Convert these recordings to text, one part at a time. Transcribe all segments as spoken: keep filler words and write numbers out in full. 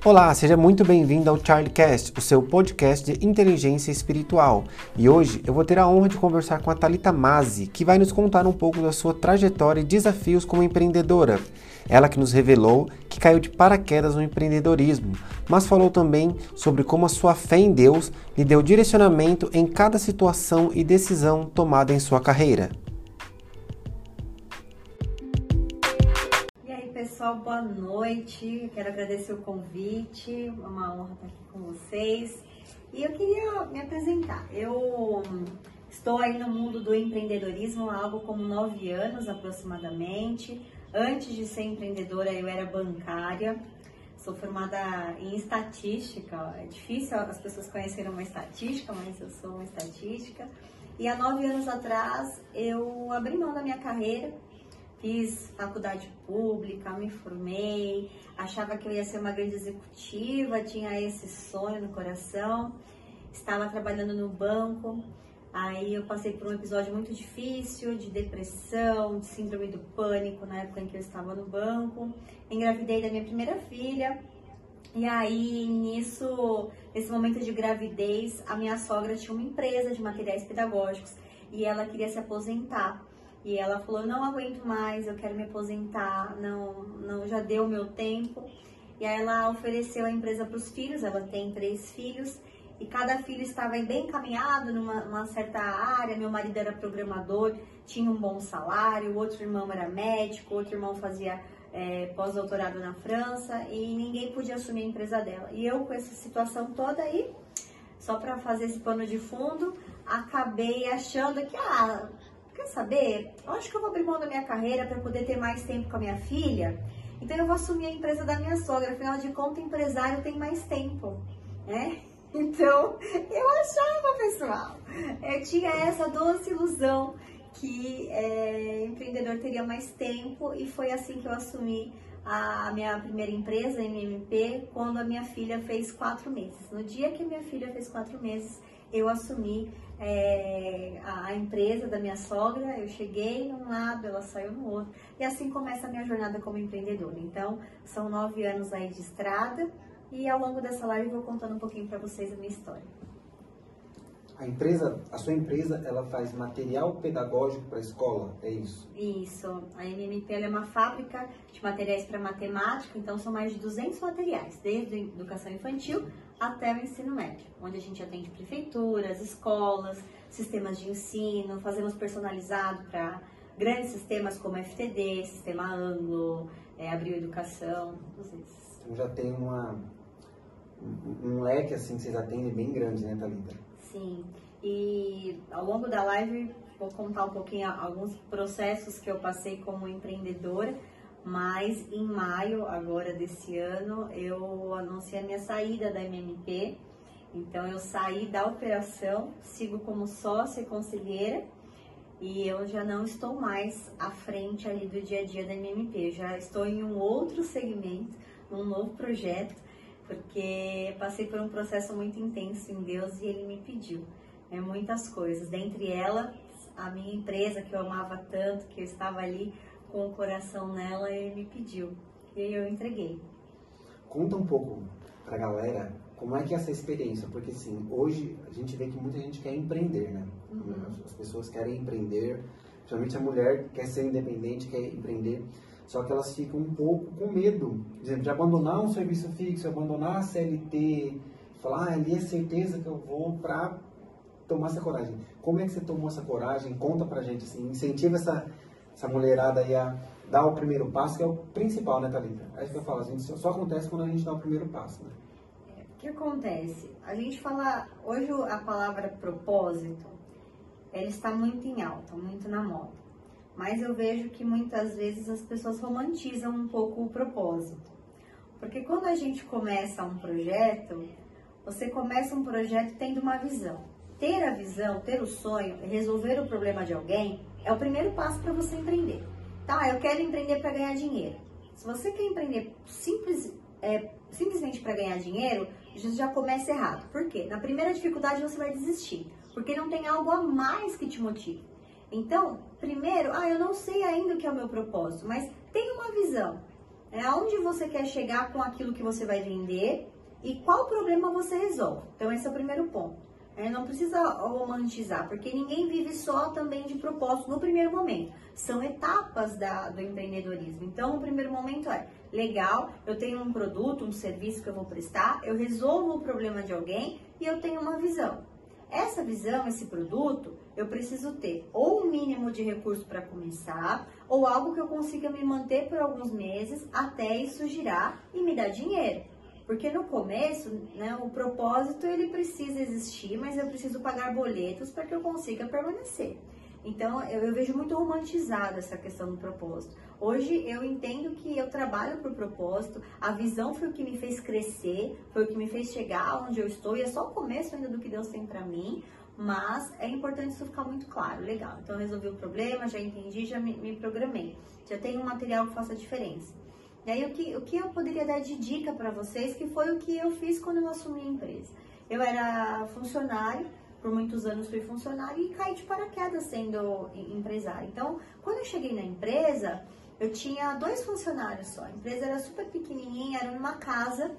Olá, seja muito bem-vindo ao CharlieCast, o seu podcast de inteligência espiritual. E hoje eu vou ter a honra de conversar com a Thalita Mazzi, que vai nos contar um pouco da sua trajetória e desafios como empreendedora. Ela que nos revelou que caiu de paraquedas no empreendedorismo, mas falou também sobre como a sua fé em Deus lhe deu direcionamento em cada situação e decisão tomada em sua carreira. Pessoal, boa noite, quero agradecer o convite, é uma honra estar aqui com vocês e eu queria me apresentar. Eu estou aí no mundo do empreendedorismo há algo como nove anos aproximadamente. Antes de ser empreendedora eu era bancária, sou formada em estatística, é difícil as pessoas conhecerem uma estatística, mas eu sou uma estatística. E há nove anos atrás eu abri mão da minha carreira. Fiz faculdade pública, me formei, achava que eu ia ser uma grande executiva, tinha esse sonho no coração, estava trabalhando no banco, aí eu passei por um episódio muito difícil de depressão, de síndrome do pânico na época em que eu estava no banco, engravidei da minha primeira filha e aí nisso, nesse momento de gravidez, a minha sogra tinha uma empresa de materiais pedagógicos e ela queria se aposentar. E ela falou, não aguento mais, eu quero me aposentar, não, não, já deu o meu tempo. E aí ela ofereceu a empresa para os filhos, ela tem três filhos, e cada filho estava bem encaminhado numa, numa certa área. Meu marido era programador, tinha um bom salário, o outro irmão era médico, o outro irmão fazia é, pós-doutorado na França, e ninguém podia assumir a empresa dela. E eu com essa situação toda aí, só para fazer esse pano de fundo, acabei achando que... ah, quer saber? Eu acho que eu vou abrir mão da minha carreira para poder ter mais tempo com a minha filha. Então eu vou assumir a empresa da minha sogra. Afinal de contas, empresário tem mais tempo, né? Então eu achava, pessoal, eu tinha essa doce ilusão que é, empreendedor teria mais tempo e foi assim que eu assumi a minha primeira empresa, a M M P, quando a minha filha fez quatro meses. No dia que a minha filha fez quatro meses, eu assumi é, a, a empresa da minha sogra. Eu cheguei num lado, ela saiu no outro. E assim começa a minha jornada como empreendedora. Então, são nove anos aí de estrada. E ao longo dessa live eu vou contando um pouquinho para vocês a minha história. A empresa, a sua empresa, ela faz material pedagógico para a escola, é isso? Isso. A M M P ela é uma fábrica de materiais para matemática, então são mais de duzentos materiais, desde a educação infantil até o ensino médio, onde a gente atende prefeituras, escolas, sistemas de ensino, fazemos personalizado para grandes sistemas como F T D, Sistema Anglo, é, Abril Educação, todos esses. Então já tem uma, um, um leque assim que vocês atendem bem grande, né, Thalita? Sim, e ao longo da live vou contar um pouquinho alguns processos que eu passei como empreendedora, mas em maio agora desse ano eu anunciei a minha saída da M M P, então eu saí da operação, sigo como sócia e conselheira e eu já não estou mais à frente ali do dia a dia da M M P, eu já estou em um outro segmento, num novo projeto, porque passei por um processo muito intenso em Deus e Ele me pediu é, muitas coisas, dentre elas a minha empresa que eu amava tanto, que eu estava ali com o coração nela, Ele me pediu e eu entreguei. Conta um pouco pra galera como é que é essa experiência, porque assim, hoje a gente vê que muita gente quer empreender, né? Uhum. As pessoas querem empreender, principalmente a mulher quer ser independente, quer empreender. Só que elas ficam um pouco com medo, por exemplo, de abandonar um serviço fixo, abandonar a C L T, falar, ah, ali é certeza que eu vou para tomar essa coragem. Como é que você tomou essa coragem? Conta pra gente, assim, incentiva essa, essa mulherada aí a dar o primeiro passo, que é o principal, né, Thalita? É isso que eu falo, a gente só, só acontece quando a gente dá o primeiro passo, né? É, o que acontece? A gente fala, hoje a palavra propósito, ela está muito em alta, muito na moda. Mas eu vejo que muitas vezes as pessoas romantizam um pouco o propósito. Porque quando a gente começa um projeto, você começa um projeto tendo uma visão. Ter a visão, ter o sonho, resolver o problema de alguém, é o primeiro passo para você empreender. Tá, eu quero empreender para ganhar dinheiro. Se você quer empreender simples, é, simplesmente para ganhar dinheiro, isso já começa errado. Por quê? Na primeira dificuldade você vai desistir. Porque não tem algo a mais que te motive. Então, primeiro, ah, eu não sei ainda o que é o meu propósito, mas tem uma visão. É aonde você quer chegar com aquilo que você vai vender e qual problema você resolve. Então, esse é o primeiro ponto. É, não precisa romantizar, porque ninguém vive só também de propósito no primeiro momento. São etapas da, do empreendedorismo. Então, o primeiro momento é, legal, eu tenho um produto, um serviço que eu vou prestar, eu resolvo o problema de alguém e eu tenho uma visão. Essa visão, esse produto, eu preciso ter ou um mínimo de recurso para começar, ou algo que eu consiga me manter por alguns meses até isso girar e me dar dinheiro. Porque no começo, né, o propósito ele precisa existir, mas eu preciso pagar boletos para que eu consiga permanecer. Então, eu, eu vejo muito romantizada essa questão do propósito. Hoje, eu entendo que eu trabalho por propósito, a visão foi o que me fez crescer, foi o que me fez chegar onde eu estou, e é só o começo ainda do que Deus tem para mim, mas é importante isso ficar muito claro, legal. Então, eu resolvi o problema, já entendi, já me, me programei, já tenho um material que faça diferença. E aí, o que, o que eu poderia dar de dica para vocês, que foi o que eu fiz quando eu assumi a empresa. Eu era funcionário, por muitos anos fui funcionário e caí de paraquedas sendo empresário. Então, quando eu cheguei na empresa, eu tinha dois funcionários só. A empresa era super pequenininha, era numa casa.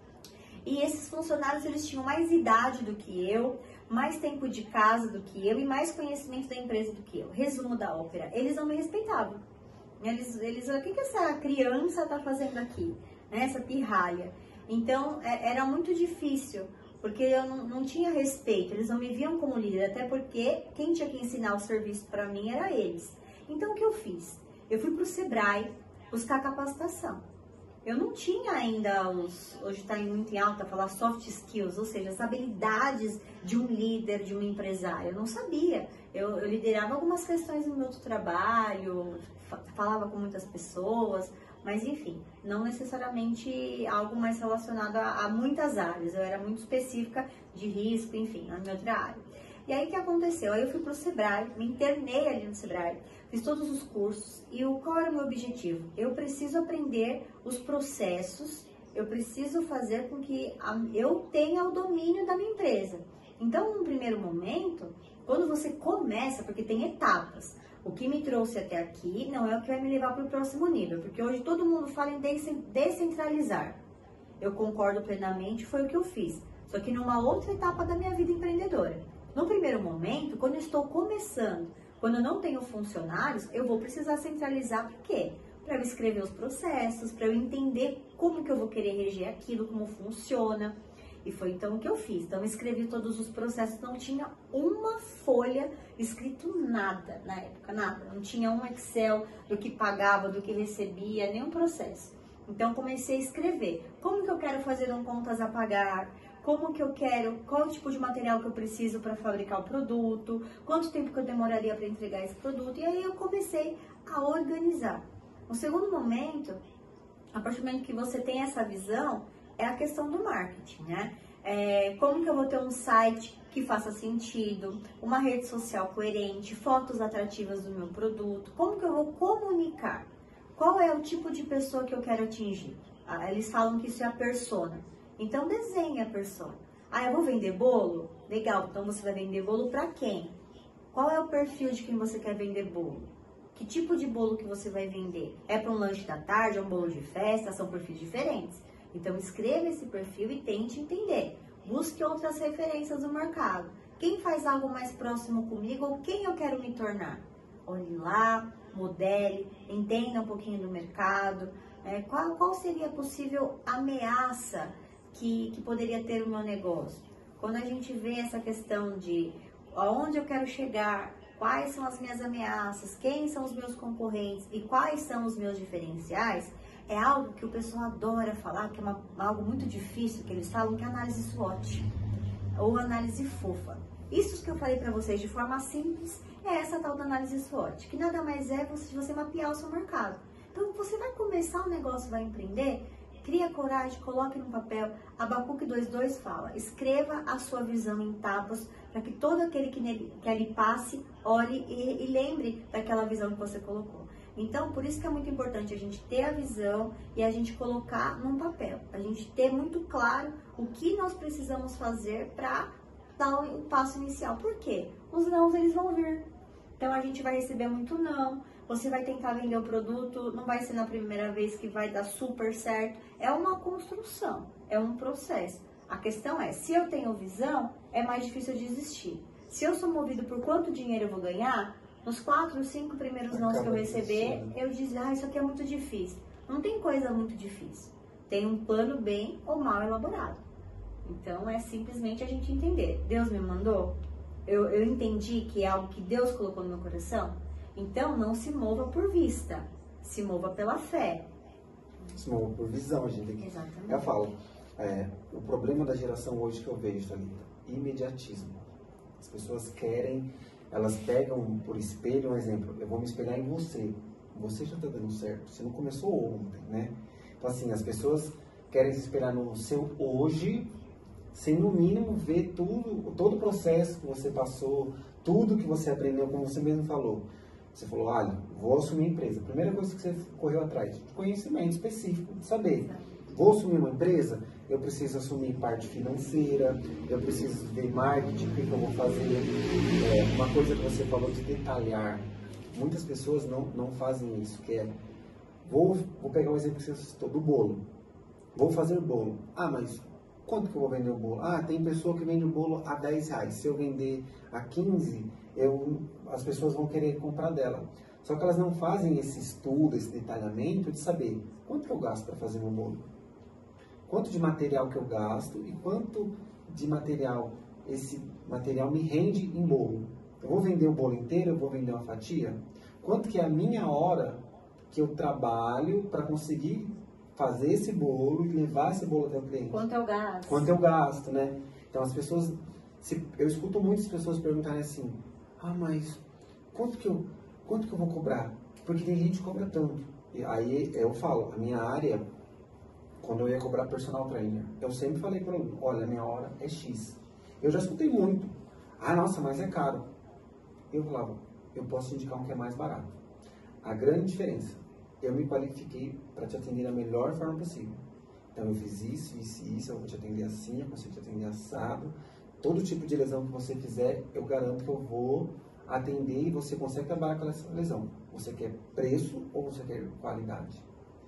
E esses funcionários, eles tinham mais idade do que eu, mais tempo de casa do que eu e mais conhecimento da empresa do que eu. Resumo da ópera, eles não me respeitavam. Eles, eles, o que, que essa criança está fazendo aqui, né? Essa pirralha. Então, é, era muito difícil, porque eu não, não tinha respeito, eles não me viam como líder, até porque quem tinha que ensinar o serviço para mim era eles. Então, o que eu fiz? Eu fui para o Sebrae buscar capacitação. Eu não tinha ainda os, hoje está muito em alta falar soft skills, ou seja, as habilidades de um líder, de um empresário. Eu não sabia. Eu, eu liderava algumas questões no meu outro trabalho, falava com muitas pessoas, mas enfim, não necessariamente algo mais relacionado a, a muitas áreas. Eu era muito específica de risco, enfim, na minha outra área. E aí o que aconteceu? Aí eu fui para o Sebrae, me internei ali no Sebrae, fiz todos os cursos e o, qual era o meu objetivo? Eu preciso aprender os processos, eu preciso fazer com que a, eu tenha o domínio da minha empresa. Então, no primeiro momento, quando você começa, porque tem etapas, o que me trouxe até aqui não é o que vai me levar para o próximo nível, porque hoje todo mundo fala em descentralizar. Eu concordo plenamente, foi o que eu fiz, só que numa outra etapa da minha vida empreendedora. No primeiro momento, quando eu estou começando, quando eu não tenho funcionários, eu vou precisar centralizar, por quê? Para eu escrever os processos, para eu entender como que eu vou querer reger aquilo, como funciona. E foi então o que eu fiz. Então, eu escrevi todos os processos, não tinha uma folha escrito nada na época, nada. Não tinha um Excel do que pagava, do que recebia, nenhum processo. Então, comecei a escrever. Como que eu quero fazer um contas a pagar? Como que eu quero, qual o tipo de material que eu preciso para fabricar o produto, quanto tempo que eu demoraria para entregar esse produto, e aí eu comecei a organizar. O segundo momento, a partir do momento que você tem essa visão, é a questão do marketing, né? É, como que eu vou ter um site que faça sentido, uma rede social coerente, fotos atrativas do meu produto, como que eu vou comunicar? Qual é o tipo de pessoa que eu quero atingir? Ah, eles falam que isso é a persona. Então, desenhe a persona. Ah, eu vou vender bolo? Legal, então você vai vender bolo para quem? Qual é o perfil de quem você quer vender bolo? Que tipo de bolo que você vai vender? É para um lanche da tarde, é um bolo de festa? São perfis diferentes. Então, escreva esse perfil e tente entender. Busque outras referências do mercado. Quem faz algo mais próximo comigo ou quem eu quero me tornar? Olhe lá, modele, entenda um pouquinho do mercado. É, qual, qual seria a possível ameaça Que, que poderia ter o meu negócio? Quando a gente vê essa questão de aonde eu quero chegar, quais são as minhas ameaças, quem são os meus concorrentes e quais são os meus diferenciais, é algo que o pessoal adora falar, que é uma, algo muito difícil, que eles falam que é análise SWOT, ou análise fofa. Isso que eu falei para vocês de forma simples, é essa tal da análise SWOT, que nada mais é você, você mapear o seu mercado. Então, você vai começar um negócio, vai empreender, cria coragem, coloque no papel. Abacuque dois dois fala, escreva a sua visão em tábuas, para que todo aquele que, nele, que ali passe, olhe e, e lembre daquela visão que você colocou. Então, por isso que é muito importante a gente ter a visão e a gente colocar num papel. A gente ter muito claro o que nós precisamos fazer para dar o passo inicial. Por quê? Os nãos, eles vão vir. Então, a gente vai receber muito não, você vai tentar vender o produto, não vai ser na primeira vez que vai dar super certo. É uma construção, é um processo. A questão é, se eu tenho visão, é mais difícil de desistir. Se eu sou movido por quanto dinheiro eu vou ganhar, nos quatro, cinco primeiros nãos que eu receber, eu digo, ah, isso aqui é muito difícil. Não tem coisa muito difícil. Tem um plano bem ou mal elaborado. Então, é simplesmente a gente entender. Deus me mandou? Eu, eu entendi que é algo que Deus colocou no meu coração? Então, não se mova por vista. Se mova pela fé. Se mova por visão, gente. Exatamente. Eu falo, é, o problema da geração hoje que eu vejo, Thalita, imediatismo. As pessoas querem, elas pegam por espelho, um exemplo, eu vou me espelhar em você. Você já está dando certo. Você não começou ontem, né? Então, assim, as pessoas querem se espelhar no seu hoje, sem no mínimo ver tudo, todo o processo que você passou, tudo que você aprendeu, como você mesmo falou. Você falou, olha, vou assumir a empresa. Primeira coisa que você correu atrás, de conhecimento específico, de saber. Vou assumir uma empresa, eu preciso assumir parte financeira, eu preciso ver marketing, o que, que eu vou fazer. É, uma coisa que você falou de detalhar. Muitas pessoas não, não fazem isso, que é, vou, vou pegar o exemplo que você citou, do bolo. Vou fazer bolo. Ah, mas quanto que eu vou vender o bolo? Ah, tem pessoa que vende o bolo a dez reais. Se eu vender a quinze, eu, as pessoas vão querer comprar dela. Só que elas não fazem esse estudo, esse detalhamento de saber quanto que eu gasto para fazer meu bolo. Quanto de material que eu gasto e quanto de material, esse material me rende em bolo. Eu vou vender o bolo inteiro, eu vou vender uma fatia? Quanto que é a minha hora que eu trabalho para conseguir fazer esse bolo e levar esse bolo até o cliente? Quanto eu gasto? Quanto eu gasto, né? Então as pessoas, se, eu escuto muitas pessoas perguntarem assim, ah, mas quanto que eu, quanto que eu vou cobrar? Porque tem gente que cobra tanto. E aí eu falo, a minha área, quando eu ia cobrar personal trainer, eu sempre falei para ele, olha, a minha hora é X. Eu já escutei muito. Ah, nossa, mas é caro. Eu falava, eu posso indicar um que é mais barato. A grande diferença, eu me qualifiquei para te atender da melhor forma possível. Então eu fiz isso, isso e isso, eu vou te atender assim, eu consigo te atender assado. Todo tipo de lesão que você fizer, eu garanto que eu vou atender e você consegue trabalhar com essa lesão. Você quer preço ou você quer qualidade?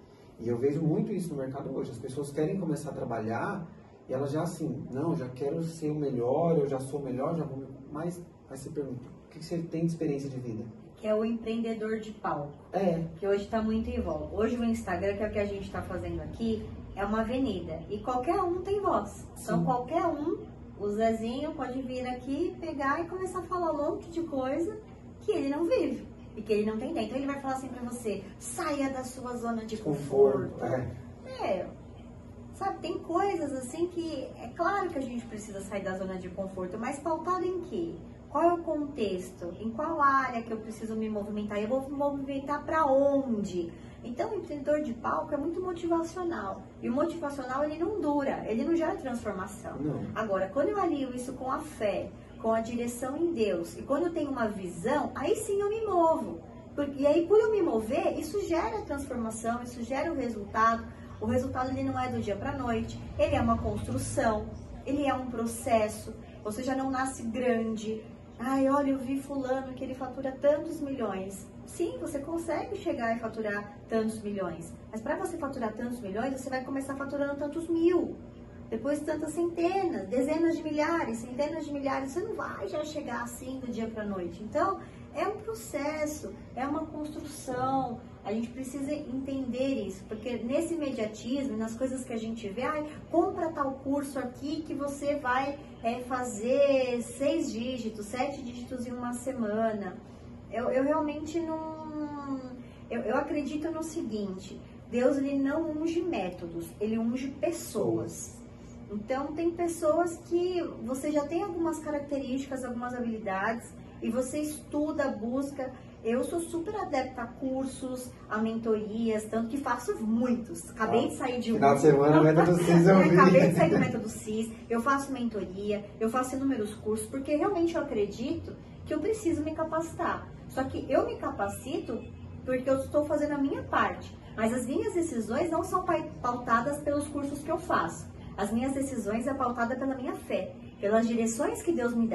E eu vejo muito isso no mercado hoje. As pessoas querem começar a trabalhar e elas já assim, não, já quero ser o melhor, eu já sou o melhor, já vou... Mas aí você pergunta, o que você tem de experiência de vida? Que é o empreendedor de palco. É. Que hoje está muito em voga. Hoje o Instagram, que é o que a gente está fazendo aqui, é uma avenida. E qualquer um tem voz. Então Sim. qualquer um, o Zezinho pode vir aqui, pegar e começar a falar um monte de coisa que ele não vive. E que ele não tem dentro. Então ele vai falar assim pra você, saia da sua zona de conforto. Conforto, é. É. Sabe, tem coisas assim que é claro que a gente precisa sair da zona de conforto, mas pautado em quê? Qual é o contexto? Em qual área que eu preciso me movimentar? Eu vou me movimentar para onde? Então, o empreendedor de palco é muito motivacional. E o motivacional, ele não dura, ele não gera transformação. Não. Agora, quando eu alio isso com a fé, com a direção em Deus, e quando eu tenho uma visão, aí sim eu me movo. E aí, por eu me mover, isso gera transformação, isso gera o resultado. O resultado, ele não é do dia para a noite, ele é uma construção, ele é um processo. Você já não nasce grande. Ai, olha, eu vi fulano que ele fatura tantos milhões. Sim, você consegue chegar e faturar tantos milhões. Mas para você faturar tantos milhões, você vai começar faturando tantos mil. Depois tantas centenas, dezenas de milhares, centenas de milhares. Você não vai já chegar assim do dia para a noite. Então, é um processo, é uma construção. A gente precisa entender isso, porque nesse imediatismo, nas coisas que a gente vê, ai, compra tal curso aqui que você vai é, fazer seis dígitos, sete dígitos em uma semana. Eu, eu realmente não... Eu, eu acredito no seguinte, Deus, ele não unge métodos, ele unge pessoas. Então, tem pessoas que você já tem algumas características, algumas habilidades, e você estuda, busca. Eu sou super adepta a cursos, a mentorias, tanto que faço muitos. Acabei ah, de sair de um. Final de semana, método C I S, eu vi. Acabei de sair do método C I S, eu faço mentoria, eu faço inúmeros cursos, porque realmente eu acredito que eu preciso me capacitar. Só que eu me capacito porque eu estou fazendo a minha parte. Mas as minhas decisões não são pautadas pelos cursos que eu faço. As minhas decisões é pautada pela minha fé, pelas direções que Deus me dá.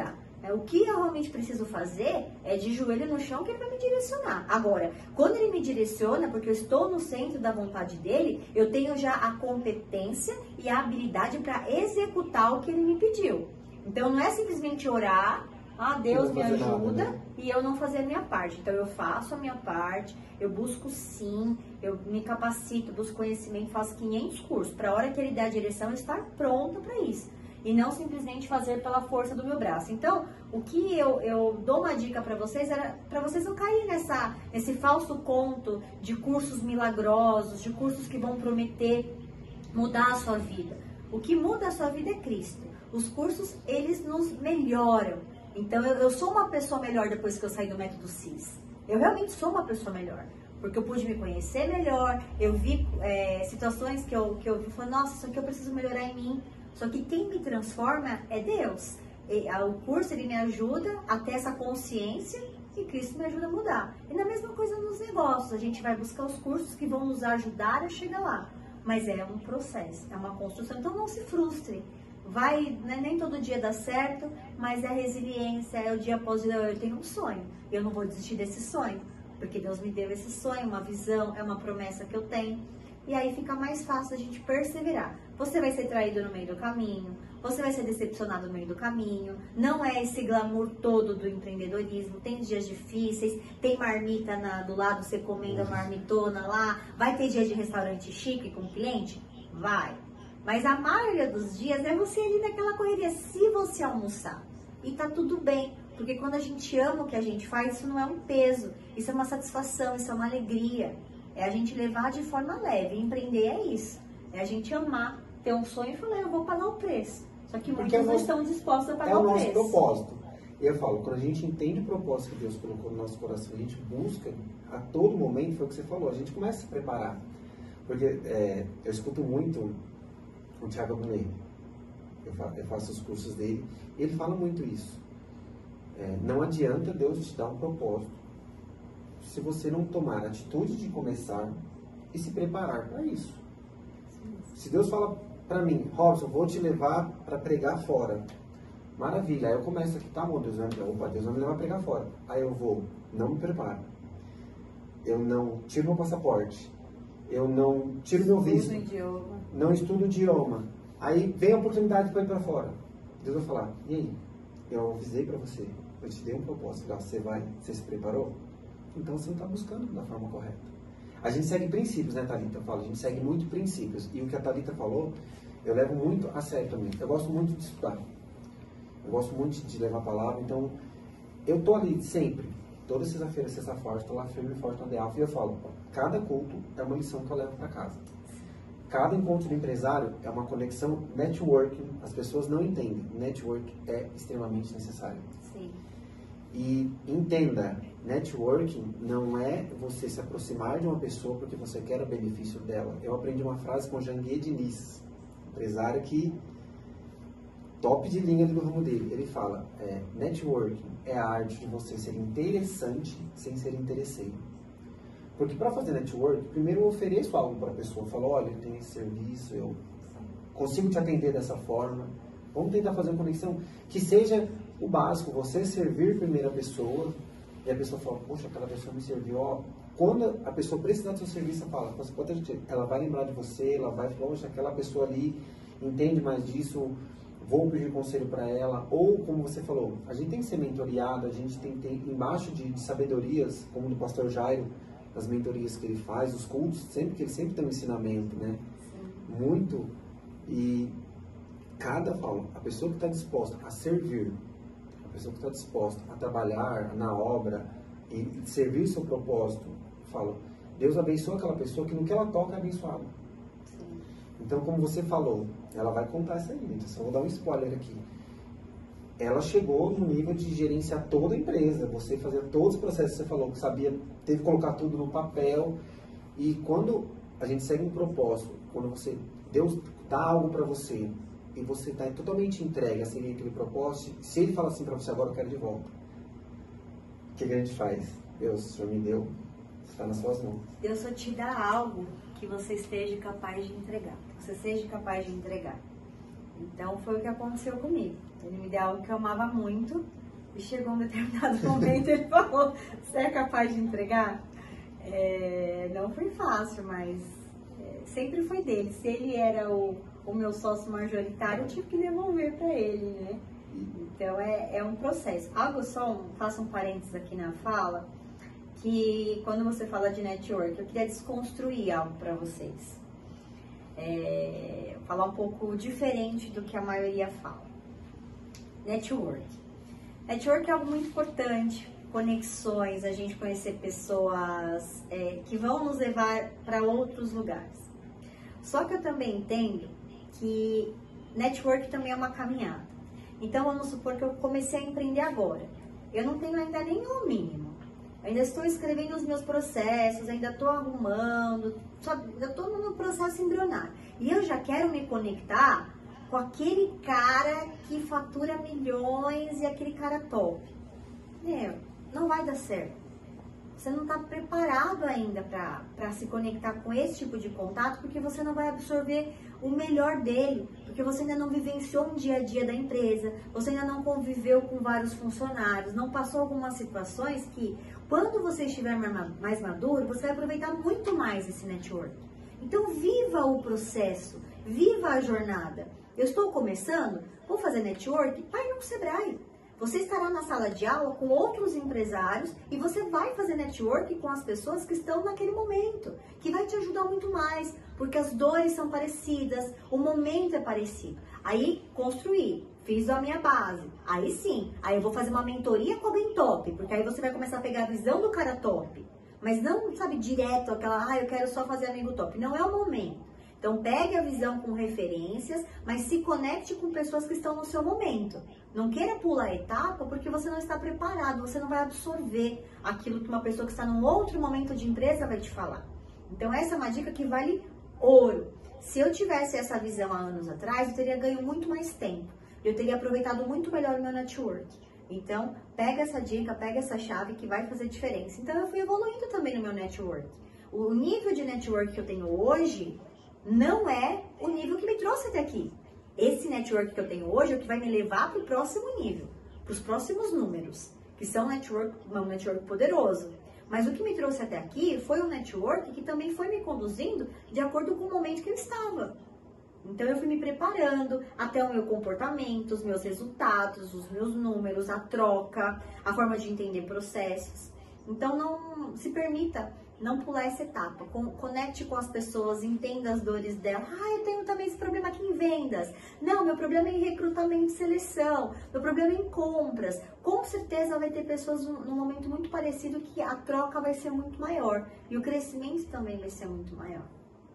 O que eu realmente preciso fazer é de joelho no chão que ele vai me direcionar. Agora, quando ele me direciona, porque eu estou no centro da vontade dele, eu tenho já a competência e a habilidade para executar o que ele me pediu. Então, não é simplesmente orar, ah, Deus me ajuda, nada, né? E eu não fazer a minha parte. Então, eu faço a minha parte, eu busco sim, eu me capacito, busco conhecimento, faço quinhentos cursos, para a hora que ele der a direção, eu estar pronta para isso. E não simplesmente fazer pela força do meu braço. Então, o que eu, eu dou uma dica para vocês era para vocês não caírem nessa, nesse falso conto de cursos milagrosos, de cursos que vão prometer mudar a sua vida. O que muda a sua vida é Cristo. Os cursos, eles nos melhoram. Então, eu, eu sou uma pessoa melhor depois que eu saí do método C I S. Eu realmente sou uma pessoa melhor. Porque eu pude me conhecer melhor, eu vi é, situações que eu, que eu vi e falei, nossa, isso aqui eu preciso melhorar em mim. Só que quem me transforma é Deus. E, a, o curso, ele me ajuda a ter essa consciência e Cristo me ajuda a mudar. E na mesma coisa nos negócios, a gente vai buscar os cursos que vão nos ajudar a chegar lá. Mas é um processo, é uma construção. Então não se frustre. Vai, né, nem todo dia dá certo, mas é resiliência, é o dia após dia. Eu tenho um sonho, eu não vou desistir desse sonho. Porque Deus me deu esse sonho, uma visão, é uma promessa que eu tenho. E aí fica mais fácil a gente perseverar. Você vai ser traído no meio do caminho, você vai ser decepcionado no meio do caminho. Não é esse glamour todo do empreendedorismo. Tem dias difíceis, tem marmita na, do lado, você comendo a marmitona lá. Vai ter dia de restaurante chique com cliente? Vai. Mas a maioria dos dias é você ali naquela correria, se você almoçar. E tá tudo bem. Porque quando a gente ama o que a gente faz, isso não é um peso. Isso é uma satisfação, isso é uma alegria. É a gente levar de forma leve. Empreender é isso. É a gente amar, ter um sonho e falar, eu vou pagar o preço. Só que muitos não estão dispostos a pagar o preço. É o nosso propósito. E eu falo, quando a gente entende o propósito que Deus colocou no nosso coração, a gente busca, a todo momento, foi o que você falou, a gente começa a se preparar. Porque é, eu escuto muito o Thiago Brunet. Eu, fa eu faço os cursos dele. E ele fala muito isso. É, não adianta Deus te dar um propósito se você não tomar a atitude de começar e se preparar para isso. Se Deus fala para mim, Robson, vou te levar para pregar fora. Maravilha, aí eu começo aqui, tá bom, Deus vai, opa, Deus vai me levar para pregar fora. Aí eu vou, não me preparo. Eu não tiro meu passaporte. Eu não tiro meu visto. Não estudo o idioma. Aí vem a oportunidade para ir para fora. Deus vai falar, e aí? Eu avisei para você, eu te dei um propósito. Você vai, você se preparou? Então você não está buscando da forma correta. A gente segue princípios, né, Thalita? Eu falo, a gente segue muito princípios. E o que a Thalita falou, eu levo muito a sério também. Eu gosto muito de estudar. Eu gosto muito de levar a palavra. Então, eu tô ali sempre. Toda sexta-feira, sexta-feira, estou lá firme e forte na The Alpha. E eu falo, cada culto é uma lição que eu levo para casa. Cada encontro do empresário é uma conexão networking. As pessoas não entendem. Network é extremamente necessário. Sim. E entenda, networking não é você se aproximar de uma pessoa porque você quer o benefício dela. Eu aprendi uma frase com Janguier Diniz, empresário que top de linha do ramo dele. Ele fala, é, networking é a arte de você ser interessante sem ser interesseiro. Porque para fazer network, primeiro eu ofereço algo para a pessoa. Eu falo, olha, eu tenho esse serviço, eu consigo te atender dessa forma. Vamos tentar fazer uma conexão que seja o básico, você servir primeiro a pessoa, e a pessoa fala, poxa, aquela pessoa me serviu. Ó, quando a pessoa precisar do seu serviço, ela fala, você pode ter, ela vai lembrar de você, ela vai falar, poxa, aquela pessoa ali entende mais disso, vou pedir conselho para ela. Ou, como você falou, a gente tem que ser mentoreado, a gente tem que ter embaixo de, de sabedorias, como do pastor Jairo, as mentorias que ele faz, os cultos, sempre que ele sempre tem um ensinamento, né? Sim. Muito. E cada fala, a pessoa que está disposta a servir, a pessoa que está disposta a trabalhar na obra e servir o seu propósito, fala, Deus abençoa aquela pessoa que no que ela toca é abençoada. Sim. Então, como você falou, ela vai contar isso aí, então só vou dar um spoiler aqui. Ela chegou no nível de gerenciar toda a empresa, você fazer todos os processos que você falou, que sabia, teve que colocar tudo no papel. E quando a gente segue um propósito, quando você, Deus dá algo para você, e você está totalmente entregue a seguir aquele propósito, se Ele fala assim para você, agora eu quero de volta, o que, que a gente faz? Deus, o Senhor me deu, está nas suas mãos. Deus só te dá algo que você esteja capaz de entregar, que você seja capaz de entregar. Então foi o que aconteceu comigo. Ele me deu algo que eu amava muito, E chegou um determinado momento, ele falou, você é capaz de entregar? É, não foi fácil, mas é, sempre foi dele. Se ele era o, o meu sócio majoritário, eu tive que devolver para ele, né? Então é, é um processo. Algo só, um, faço um parênteses aqui na fala, que quando você fala de network, eu queria desconstruir algo para vocês. É, falar um pouco diferente do que a maioria fala. Network. Network é algo muito importante, conexões, a gente conhecer pessoas é, que vão nos levar para outros lugares. Só que eu também entendo que network também é uma caminhada. Então vamos supor que eu comecei a empreender agora. Eu não tenho ainda nem o mínimo. Eu ainda estou escrevendo os meus processos, ainda estou arrumando, só, ainda estou no processo embrionário. E eu já quero me conectar com aquele cara que fatura milhões e aquele cara top. Meu, não vai dar certo. Você não está preparado ainda para se conectar com esse tipo de contato, porque você não vai absorver o melhor dele, porque você ainda não vivenciou um dia a dia da empresa, você ainda não conviveu com vários funcionários, não passou algumas situações que, quando você estiver mais maduro, você vai aproveitar muito mais esse network. Então, viva o processo, viva a jornada. Eu estou começando, vou fazer network, vai no Sebrae. Você estará na sala de aula com outros empresários e você vai fazer network com as pessoas que estão naquele momento, que vai te ajudar muito mais, porque as dores são parecidas, o momento é parecido. Aí, construir, fiz a minha base, aí sim, aí eu vou fazer uma mentoria com alguém top, porque aí você vai começar a pegar a visão do cara top, mas não, sabe, direto aquela, ah, eu quero só fazer amigo top, não é o momento. Então, pegue a visão com referências, mas se conecte com pessoas que estão no seu momento. Não queira pular a etapa porque você não está preparado, você não vai absorver aquilo que uma pessoa que está num outro momento de empresa vai te falar. Então, essa é uma dica que vale ouro. Se eu tivesse essa visão há anos atrás, eu teria ganho muito mais tempo. Eu teria aproveitado muito melhor o meu network. Então, pega essa dica, pega essa chave que vai fazer diferença. Então, eu fui evoluindo também no meu network. O nível de network que eu tenho hoje não é o nível que me trouxe até aqui. Esse network que eu tenho hoje é o que vai me levar para o próximo nível, para os próximos números, que são um network, um network poderoso. Mas o que me trouxe até aqui foi um network que também foi me conduzindo de acordo com o momento que eu estava. Então eu fui me preparando até o meu comportamento, os meus resultados, os meus números, a troca, a forma de entender processos. Então não se permita não pular essa etapa, conecte com as pessoas, entenda as dores dela. Ah, eu tenho também esse problema aqui em vendas. Não, meu problema é em recrutamento e seleção, meu problema é em compras. Com certeza vai ter pessoas num momento muito parecido que a troca vai ser muito maior e o crescimento também vai ser muito maior.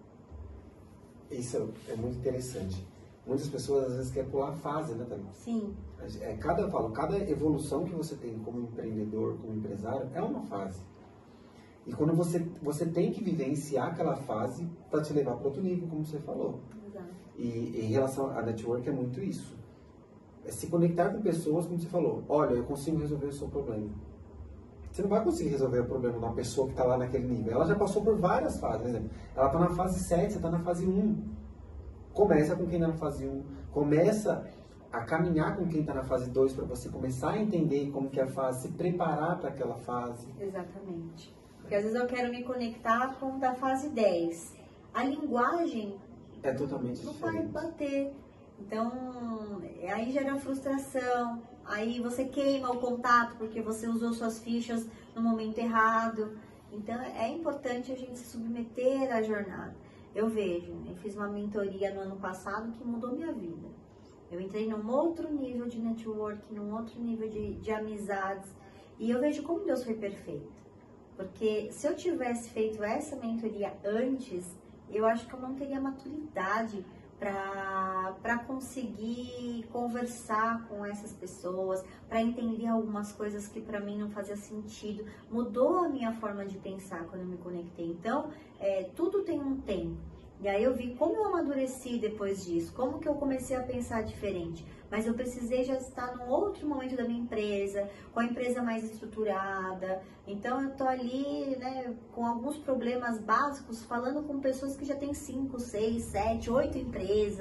Isso é muito interessante. Muitas pessoas às vezes querem pular a fase, né, Tânia? Sim. É, cada, eu falo, cada evolução que você tem como empreendedor, como empresário, é uma fase. E quando você, você tem que vivenciar aquela fase para te levar para outro nível, como você falou. Exato. E em relação à network é muito isso. É se conectar com pessoas, como você falou. Olha, eu consigo resolver o seu problema. Você não vai conseguir resolver o problema de uma pessoa que está lá naquele nível. Ela já passou por várias fases. Por exemplo, ela está na fase sete, você está na fase um. Começa com quem está na fase um. Começa a caminhar com quem está na fase dois para você começar a entender como que é a fase, se preparar para aquela fase. Exatamente. Porque às vezes eu quero me conectar com o da fase dez. A linguagem é totalmente não diferente. vai bater. Então, aí gera frustração. Aí você queima o contato porque você usou suas fichas no momento errado. Então, é importante a gente se submeter à jornada. Eu vejo, eu fiz uma mentoria no ano passado que mudou minha vida. Eu entrei num outro nível de network, num outro nível de, de amizades. E eu vejo como Deus foi perfeito. Porque se eu tivesse feito essa mentoria antes, eu acho que eu não teria maturidade para conseguir conversar com essas pessoas, para entender algumas coisas que para mim não fazia sentido. Mudou a minha forma de pensar quando eu me conectei. Então, é, tudo tem um tempo. E aí eu vi como eu amadureci depois disso, como que eu comecei a pensar diferente. Mas eu precisei já estar num outro momento da minha empresa, com a empresa mais estruturada. Então eu tô ali, né, com alguns problemas básicos, falando com pessoas que já têm cinco, seis, sete, oito empresas.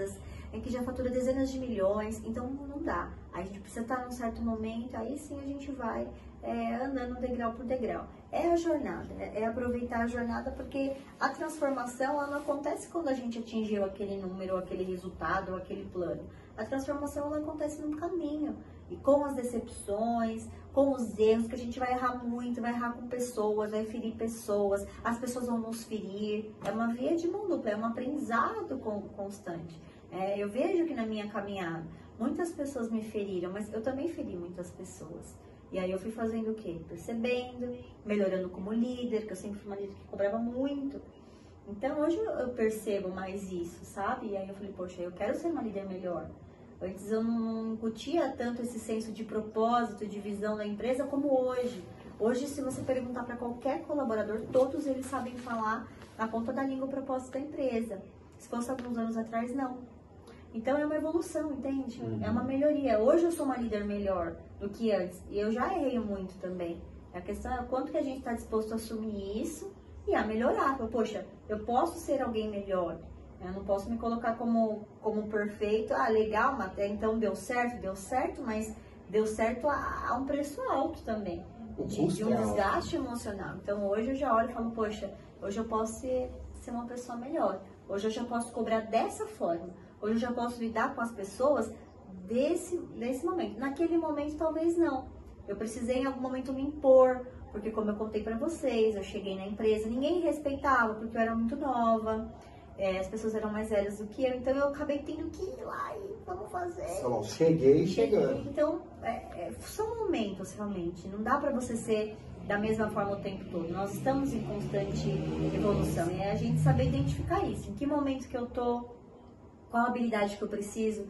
é que já fatura dezenas de milhões, então não dá. A gente precisa estar num certo momento, aí sim a gente vai é, andando degrau por degrau. É a jornada, é aproveitar a jornada, porque a transformação ela não acontece quando a gente atingiu aquele número, aquele resultado, ou aquele plano. A transformação ela acontece no caminho, e com as decepções, com os erros, que a gente vai errar muito, vai errar com pessoas, vai ferir pessoas, as pessoas vão nos ferir. É uma via de mão dupla, é um aprendizado constante. É, eu vejo que na minha caminhada, muitas pessoas me feriram, mas eu também feri muitas pessoas. E aí eu fui fazendo o quê? Percebendo, melhorando como líder, que eu sempre fui uma líder que cobrava muito. Então hoje eu percebo mais isso, sabe? E aí eu falei, poxa, eu quero ser uma líder melhor. Antes eu não incutia tanto esse senso de propósito, de visão da empresa como hoje. Hoje, se você perguntar para qualquer colaborador, todos eles sabem falar na ponta da língua o propósito da empresa. Se fosse alguns anos atrás, não. Então é uma evolução, entende? Uhum. É uma melhoria. Hoje eu sou uma líder melhor do que antes. E eu já errei muito também. A questão é o quanto que a gente está disposto a assumir isso e a melhorar. Poxa, eu posso ser alguém melhor. Eu não posso me colocar como, como perfeito. Ah, legal, mas até então deu certo, deu certo, mas deu certo a, a um preço alto também. De, de um desgaste emocional. Então hoje eu já olho e falo, poxa, hoje eu posso ser, ser uma pessoa melhor. Hoje eu já posso cobrar dessa forma. Hoje eu já posso lidar com as pessoas desse, desse momento. Naquele momento talvez não. Eu precisei em algum momento me impor, porque como eu contei pra vocês, eu cheguei na empresa, ninguém me respeitava porque eu era muito nova. É, as pessoas eram mais velhas do que eu, então eu acabei tendo que ir lá e vamos fazer. Só cheguei chegando. Então, é, é, são momentos realmente, não dá pra você ser da mesma forma o tempo todo. Nós estamos em constante evolução e é a gente saber identificar isso. Em que momento que eu tô, qual a habilidade que eu preciso.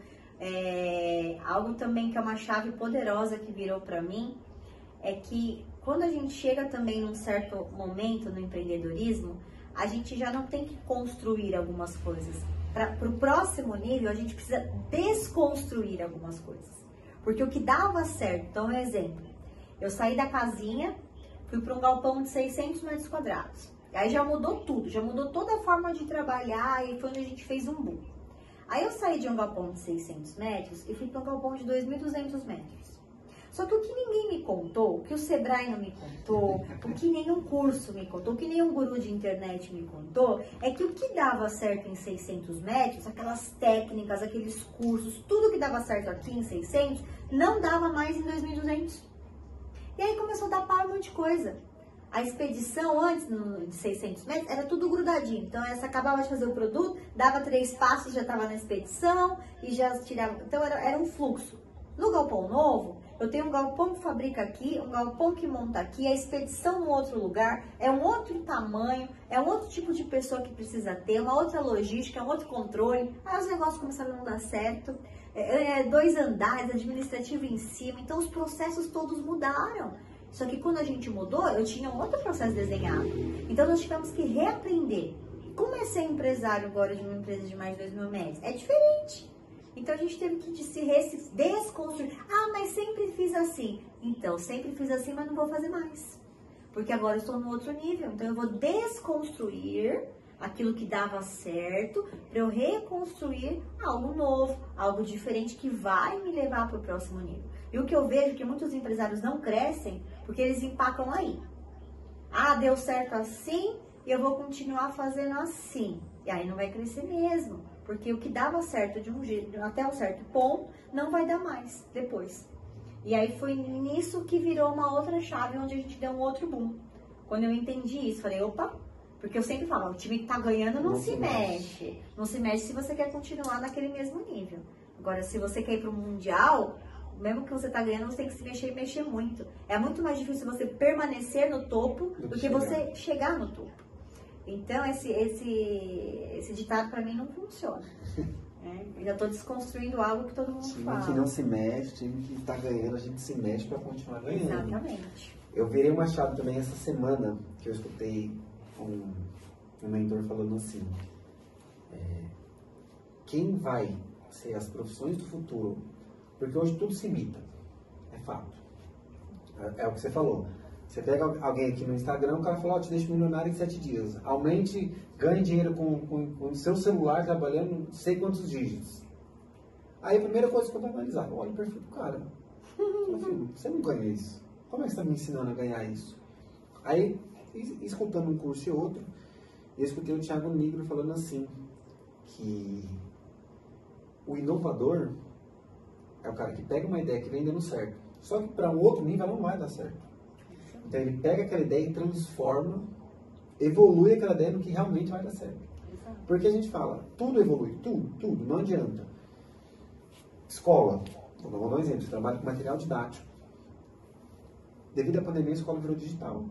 É, algo também que é uma chave poderosa que virou pra mim, é que quando a gente chega também num certo momento no empreendedorismo, a gente já não tem que construir algumas coisas. Para o próximo nível, a gente precisa desconstruir algumas coisas. Porque o que dava certo, então, um exemplo, eu saí da casinha, fui para um galpão de seiscentos metros quadrados. Aí já mudou tudo, já mudou toda a forma de trabalhar e foi onde a gente fez um boom. Aí eu saí de um galpão de seiscentos metros e fui para um galpão de dois mil e duzentos metros. Só que o que ninguém me contou, o que o Sebrae não me contou, o que nenhum curso me contou, o que nenhum guru de internet me contou, é que o que dava certo em seiscentos metros, aquelas técnicas, aqueles cursos, tudo que dava certo aqui em seiscentos, não dava mais em dois mil e duzentos. E aí começou a dar pau um monte de coisa. A expedição antes, no, de seiscentos metros, era tudo grudadinho. Então, essa acabava de fazer o produto, dava três passos, já estava na expedição e já tirava. Então, era, era um fluxo. No galpão novo, eu tenho um galpão que fabrica aqui, um galpão que monta aqui, a expedição no outro lugar, é um outro tamanho, é um outro tipo de pessoa que precisa ter, uma outra logística, um outro controle. Aí os negócios começaram a não dar certo, é, é, dois andares, administrativo em cima, então os processos todos mudaram. Só que quando a gente mudou, eu tinha um outro processo desenhado. Então nós tivemos que reaprender. Como é ser empresário agora de uma empresa de mais de dois mil metros? É diferente. Então a gente teve que se desconstruir. Ah, mas sempre fiz assim. Então, sempre fiz assim, mas não vou fazer mais. Porque agora eu estou no outro nível. Então eu vou desconstruir aquilo que dava certo para eu reconstruir algo novo, algo diferente que vai me levar para o próximo nível. E o que eu vejo é que muitos empresários não crescem porque eles empacam aí. Ah, deu certo assim e eu vou continuar fazendo assim. E aí não vai crescer mesmo. Porque o que dava certo de um jeito, até um certo ponto, não vai dar mais depois. E aí foi nisso que virou uma outra chave, onde a gente deu um outro boom. Quando eu entendi isso, falei, opa, porque eu sempre falo, o time que tá ganhando não, não se, se mexe. mexe. Não se mexe se você quer continuar naquele mesmo nível. Agora, se você quer ir pro Mundial, mesmo que você tá ganhando, você tem que se mexer e mexer muito. É muito mais difícil você permanecer no topo do, do que chegar. você chegar no topo. Então, esse, esse, esse ditado pra mim não funciona. É, eu já tô desconstruindo algo que todo mundo time fala. Time que não se mexe, time que tá ganhando, a gente se mexe pra continuar ganhando. Exatamente. Eu virei uma chave também essa semana, que eu escutei um, um mentor falando assim, é, quem vai ser as profissões do futuro, porque hoje tudo se imita, é fato. É, é o que você falou. Você pega alguém aqui no Instagram, o cara fala, ó, oh, te deixo milionário em sete dias. Aumente, ganhe dinheiro com o com, com seu celular trabalhando não sei quantos dígitos. Aí a primeira coisa que eu vou analisar, olha o perfil do cara. Meu filho, você não ganha isso. Como é que você está me ensinando a ganhar isso? Aí, escutando um curso e outro, eu escutei o Thiago Nigro falando assim, que o inovador é o cara que pega uma ideia que vem dando certo. Só que para um outro nível não vai dar certo. Então ele pega aquela ideia e transforma, evolui aquela ideia no que realmente vai dar certo. Porque a gente fala, tudo evolui, tudo, tudo, não adianta. Escola, vou dar um exemplo, você trabalha com material didático. Devido à pandemia, a escola virou digital.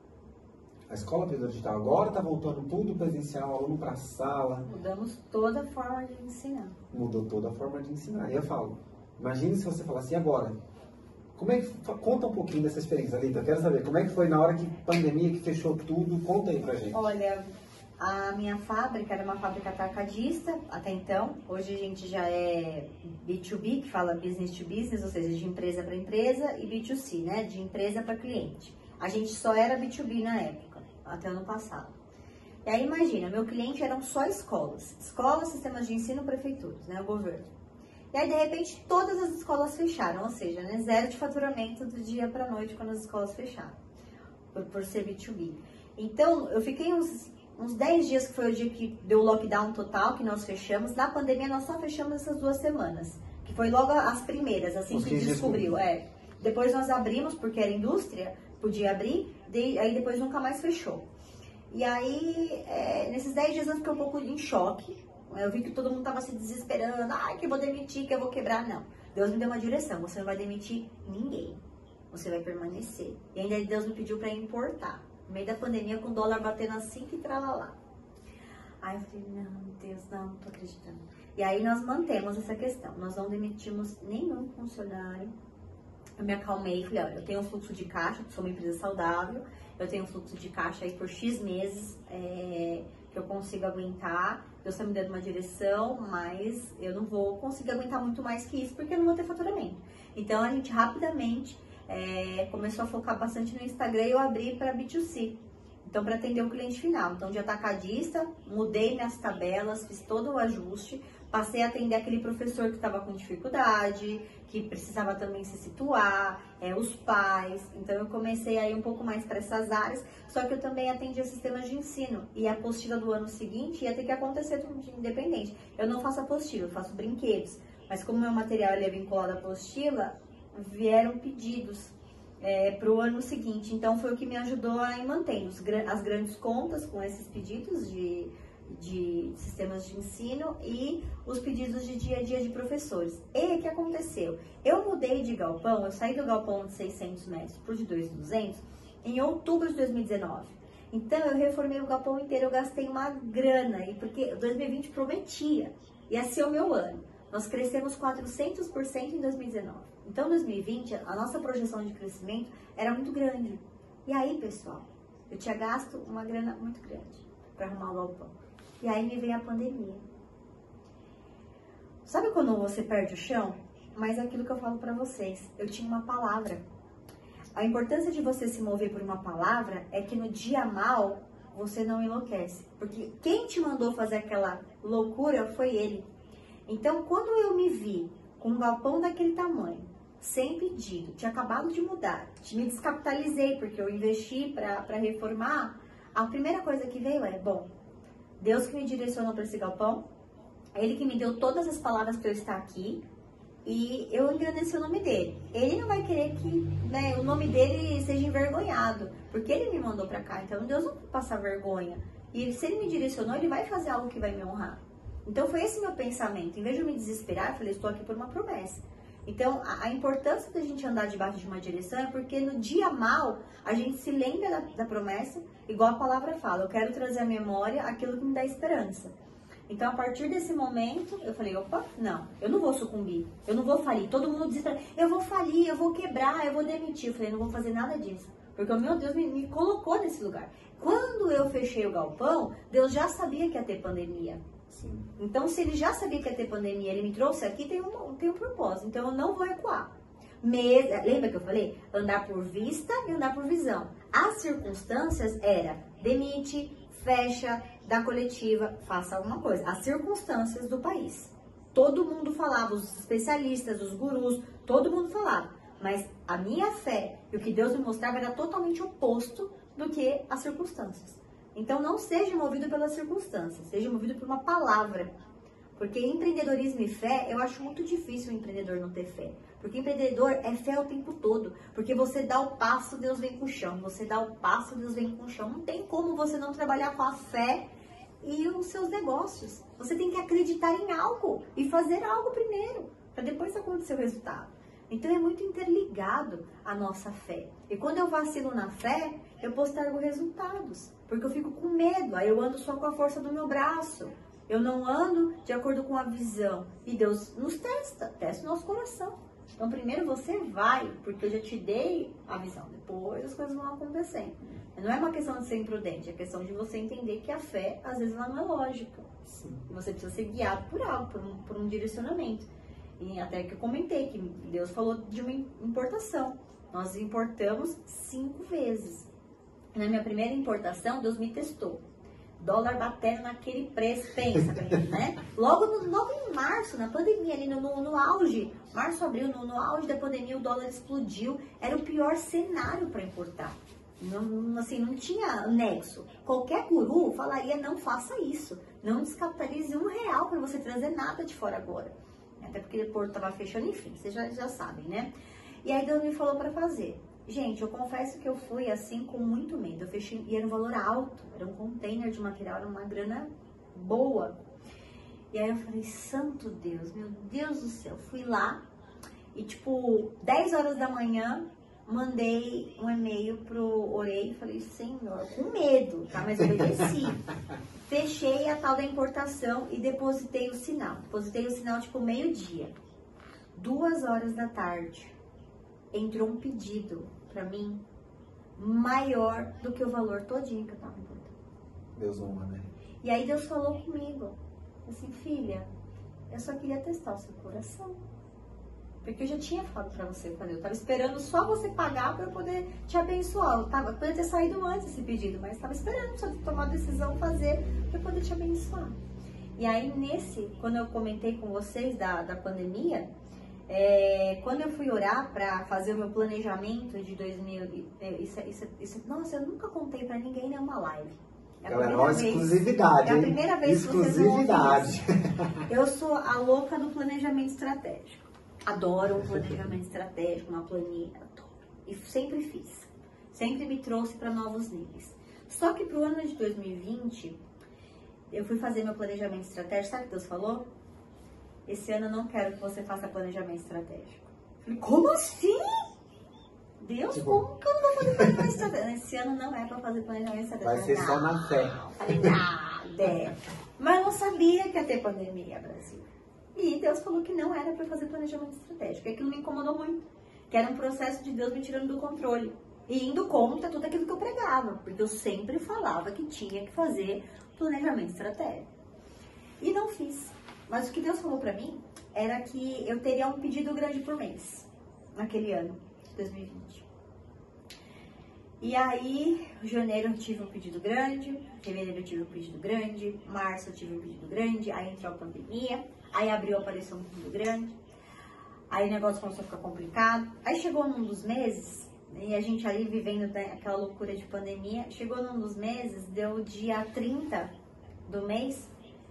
A escola virou digital. Agora está voltando tudo presencial, aluno para a sala. Mudamos toda a forma de ensinar. Mudou toda a forma de ensinar. E eu falo, imagine se você falasse, e agora? Como é que, conta um pouquinho dessa experiência, Lita. Eu quero saber, como é que foi na hora que pandemia, que fechou tudo? Conta aí pra gente. Olha, a minha fábrica era uma fábrica atacadista até então. Hoje a gente já é B dois B, que fala business to business, ou seja, de empresa para empresa, e B dois C, né, de empresa para cliente. A gente só era B dois B na época, até ano passado. E aí imagina, meu cliente eram só escolas. Escolas, sistemas de ensino, prefeituras, né, o governo. E aí, de repente, todas as escolas fecharam, ou seja, né, zero de faturamento do dia para a noite quando as escolas fecharam, por, por ser B dois B. Então, eu fiquei uns, uns dez dias, que foi o dia que deu o lockdown total, que nós fechamos. Na pandemia, nós só fechamos essas duas semanas, que foi logo as primeiras, assim que descobriu. É. Depois nós abrimos, porque era indústria, podia abrir, de, aí depois nunca mais fechou. E aí, é, nesses dez dias eu fiquei um pouco em choque. Eu vi que todo mundo estava se desesperando. Ai, que eu vou demitir, que eu vou quebrar. Não. Deus me deu uma direção. Você não vai demitir ninguém. Você vai permanecer. E ainda Deus me pediu para importar. No meio da pandemia, com o dólar batendo assim que tralalá. Aí eu falei, não, Deus, não, não tô acreditando. E aí nós mantemos essa questão. Nós não demitimos nenhum funcionário. Eu me acalmei e falei, olha, eu tenho um fluxo de caixa, sou uma empresa saudável. Eu tenho um fluxo de caixa aí por X meses é, que eu consigo aguentar. Deus está me dando uma direção, mas eu não vou conseguir aguentar muito mais que isso, porque eu não vou ter faturamento. Então, a gente rapidamente é, começou a focar bastante no Instagram e eu abri para B dois C. Então, para atender o cliente final. Então, de atacadista, mudei minhas tabelas, fiz todo o ajuste, passei a atender aquele professor que estava com dificuldade, que precisava também se situar, é, os pais. Então, eu comecei a ir um pouco mais para essas áreas, só que eu também atendia sistemas de ensino. E a apostila do ano seguinte ia ter que acontecer tudo de independente. Eu não faço apostila, eu faço brinquedos. Mas como meu material ele é vinculado à apostila, vieram pedidos é, para o ano seguinte. Então, foi o que me ajudou a ir mantendo as grandes contas com esses pedidos de... de sistemas de ensino e os pedidos de dia a dia de professores. E o que aconteceu? Eu mudei de galpão, eu saí do galpão de seiscentos metros para o de dois mil e duzentos em outubro de dois mil e dezenove. Então, eu reformei o galpão inteiro, eu gastei uma grana, e porque dois mil e vinte prometia, ia ser o meu ano. Nós crescemos quatrocentos por cento em dois mil e dezenove. Então, em dois mil e vinte, a nossa projeção de crescimento era muito grande. E aí, pessoal, eu tinha gasto uma grana muito grande para arrumar o galpão. E aí me veio a pandemia. Sabe quando você perde o chão? Mas é aquilo que eu falo pra vocês. Eu tinha uma palavra. A importância de você se mover por uma palavra é que no dia mal você não enlouquece. Porque quem te mandou fazer aquela loucura foi ele. Então, quando eu me vi com um galpão daquele tamanho, sem pedido, tinha acabado de mudar, me descapitalizei porque eu investi pra, pra reformar, a primeira coisa que veio é, bom, Deus que me direcionou para esse galpão, Ele que me deu todas as palavras para eu estar aqui, e eu engrandeci o nome dele. Ele não vai querer que, né, o nome dele seja envergonhado, porque ele me mandou para cá, então Deus não vai passar vergonha. E ele, se ele me direcionou, ele vai fazer algo que vai me honrar. Então foi esse meu pensamento. Em vez de eu me desesperar, eu falei, estou aqui por uma promessa. Então, a, a importância da gente andar debaixo de uma direção é porque no dia mal, a gente se lembra da, da promessa, igual a palavra fala, eu quero trazer à memória aquilo que me dá esperança. Então, a partir desse momento, eu falei, opa, não, eu não vou sucumbir, eu não vou falir. Todo mundo diz, eu vou falir, eu vou quebrar, eu vou demitir. Eu falei, não vou fazer nada disso, porque o meu Deus me, me colocou nesse lugar. Quando eu fechei o galpão, Deus já sabia que ia ter pandemia. Sim. Então, se ele já sabia que ia ter pandemia, ele me trouxe aqui, tem um, tem um propósito. Então, eu não vou recuar. Mes... Lembra que eu falei? Andar por vista e andar por visão. As circunstâncias era demite, fecha, dá coletiva, faça alguma coisa. As circunstâncias do país. Todo mundo falava, os especialistas, os gurus, todo mundo falava. Mas a minha fé e o que Deus me mostrava era totalmente oposto do que as circunstâncias. Então não seja movido pelas circunstâncias, seja movido por uma palavra. Porque empreendedorismo e fé, eu acho muito difícil o empreendedor não ter fé. Porque empreendedor é fé o tempo todo. Porque você dá o passo, Deus vem com o chão. Você dá o passo, Deus vem com o chão. Não tem como você não trabalhar com a fé e os seus negócios. Você tem que acreditar em algo e fazer algo primeiro, para depois acontecer o resultado. Então é muito interligado a nossa fé. E quando eu vacilo na fé, eu postergo resultados. Porque eu fico com medo, aí eu ando só com a força do meu braço. Eu não ando de acordo com a visão. E Deus nos testa, testa o nosso coração. Então primeiro você vai, porque eu já te dei a visão. Depois as coisas vão acontecendo. Não é uma questão de ser imprudente, é questão de você entender que a fé, às vezes, ela não é lógica. Sim. Você precisa ser guiado por algo, por um, por um direcionamento. E até que eu comentei que Deus falou de uma importação. Nós importamos cinco vezes. Na minha primeira importação, Deus me testou. Dólar batendo naquele preço, pensa, né? Logo, no, logo em março, na pandemia, ali no, no, no auge, março, abril, no, no auge da pandemia, o dólar explodiu. Era o pior cenário para importar. Não, assim, não tinha nexo. Qualquer guru falaria, não faça isso. Não descapitalize um real para você trazer nada de fora agora. Até porque o porto estava fechando, enfim, vocês já, já sabem, né? E aí Deus me falou para fazer. Gente, eu confesso que eu fui assim com muito medo. Eu fechei, e era um valor alto, era um container de material, era uma grana boa. E aí eu falei, santo Deus, meu Deus do céu. Fui lá e tipo, dez horas da manhã, mandei um e-mail pro Orei e falei, Senhor, com medo, tá? Mas obedeci. Fechei a tal da importação e depositei o sinal. Depositei o sinal tipo meio-dia. Duas horas da tarde, entrou um pedido pra mim maior do que o valor todinho que eu tava importando. Deus honra, né? E aí Deus falou comigo, assim, filha, eu só queria testar o seu coração. Porque eu já tinha falado pra você fazer. Eu tava esperando só você pagar pra eu poder te abençoar. Eu tava, podia ter saído antes esse pedido, mas tava esperando só tomar a decisão, fazer, pra eu poder te abençoar. E aí, nesse, quando eu comentei com vocês da, da pandemia, é, quando eu fui orar pra fazer o meu planejamento de dois mil, isso, isso, isso, nossa, eu nunca contei pra ninguém nenhuma live. É a Galera, ó, vez, exclusividade. É a primeira vez exclusividade. que vocês vão ouvir. Eu sou a louca do planejamento estratégico. Adoro um planejamento estratégico, uma planilha, adoro. E sempre fiz. Sempre me trouxe para novos níveis. Só que pro ano de dois mil e vinte, eu fui fazer meu planejamento estratégico. Sabe o que Deus falou? Esse ano eu não quero que você faça planejamento estratégico. Eu falei, como assim? Deus, tipo, como que eu não vou fazer planejamento estratégico? Esse ano não é para fazer planejamento estratégico. Vai ser não, só na fé. Falei, nada. Mas eu não sabia que ia ter pandemia, Brasil. E Deus falou que não era para fazer planejamento estratégico. E aquilo me incomodou muito. Que era um processo de Deus me tirando do controle. E indo contra tudo aquilo que eu pregava. Porque eu sempre falava que tinha que fazer planejamento estratégico. E não fiz. Mas o que Deus falou para mim era que eu teria um pedido grande por mês. Naquele ano, dois mil e vinte. E aí, em janeiro eu tive um pedido grande. Fevereiro eu tive um pedido grande. Março eu tive um pedido grande. Aí entrou a pandemia. Aí abril apareceu um pedido grande, aí o negócio começou a ficar complicado. Aí chegou num dos meses, e a gente ali vivendo aquela loucura de pandemia, chegou num dos meses, deu dia trinta do mês,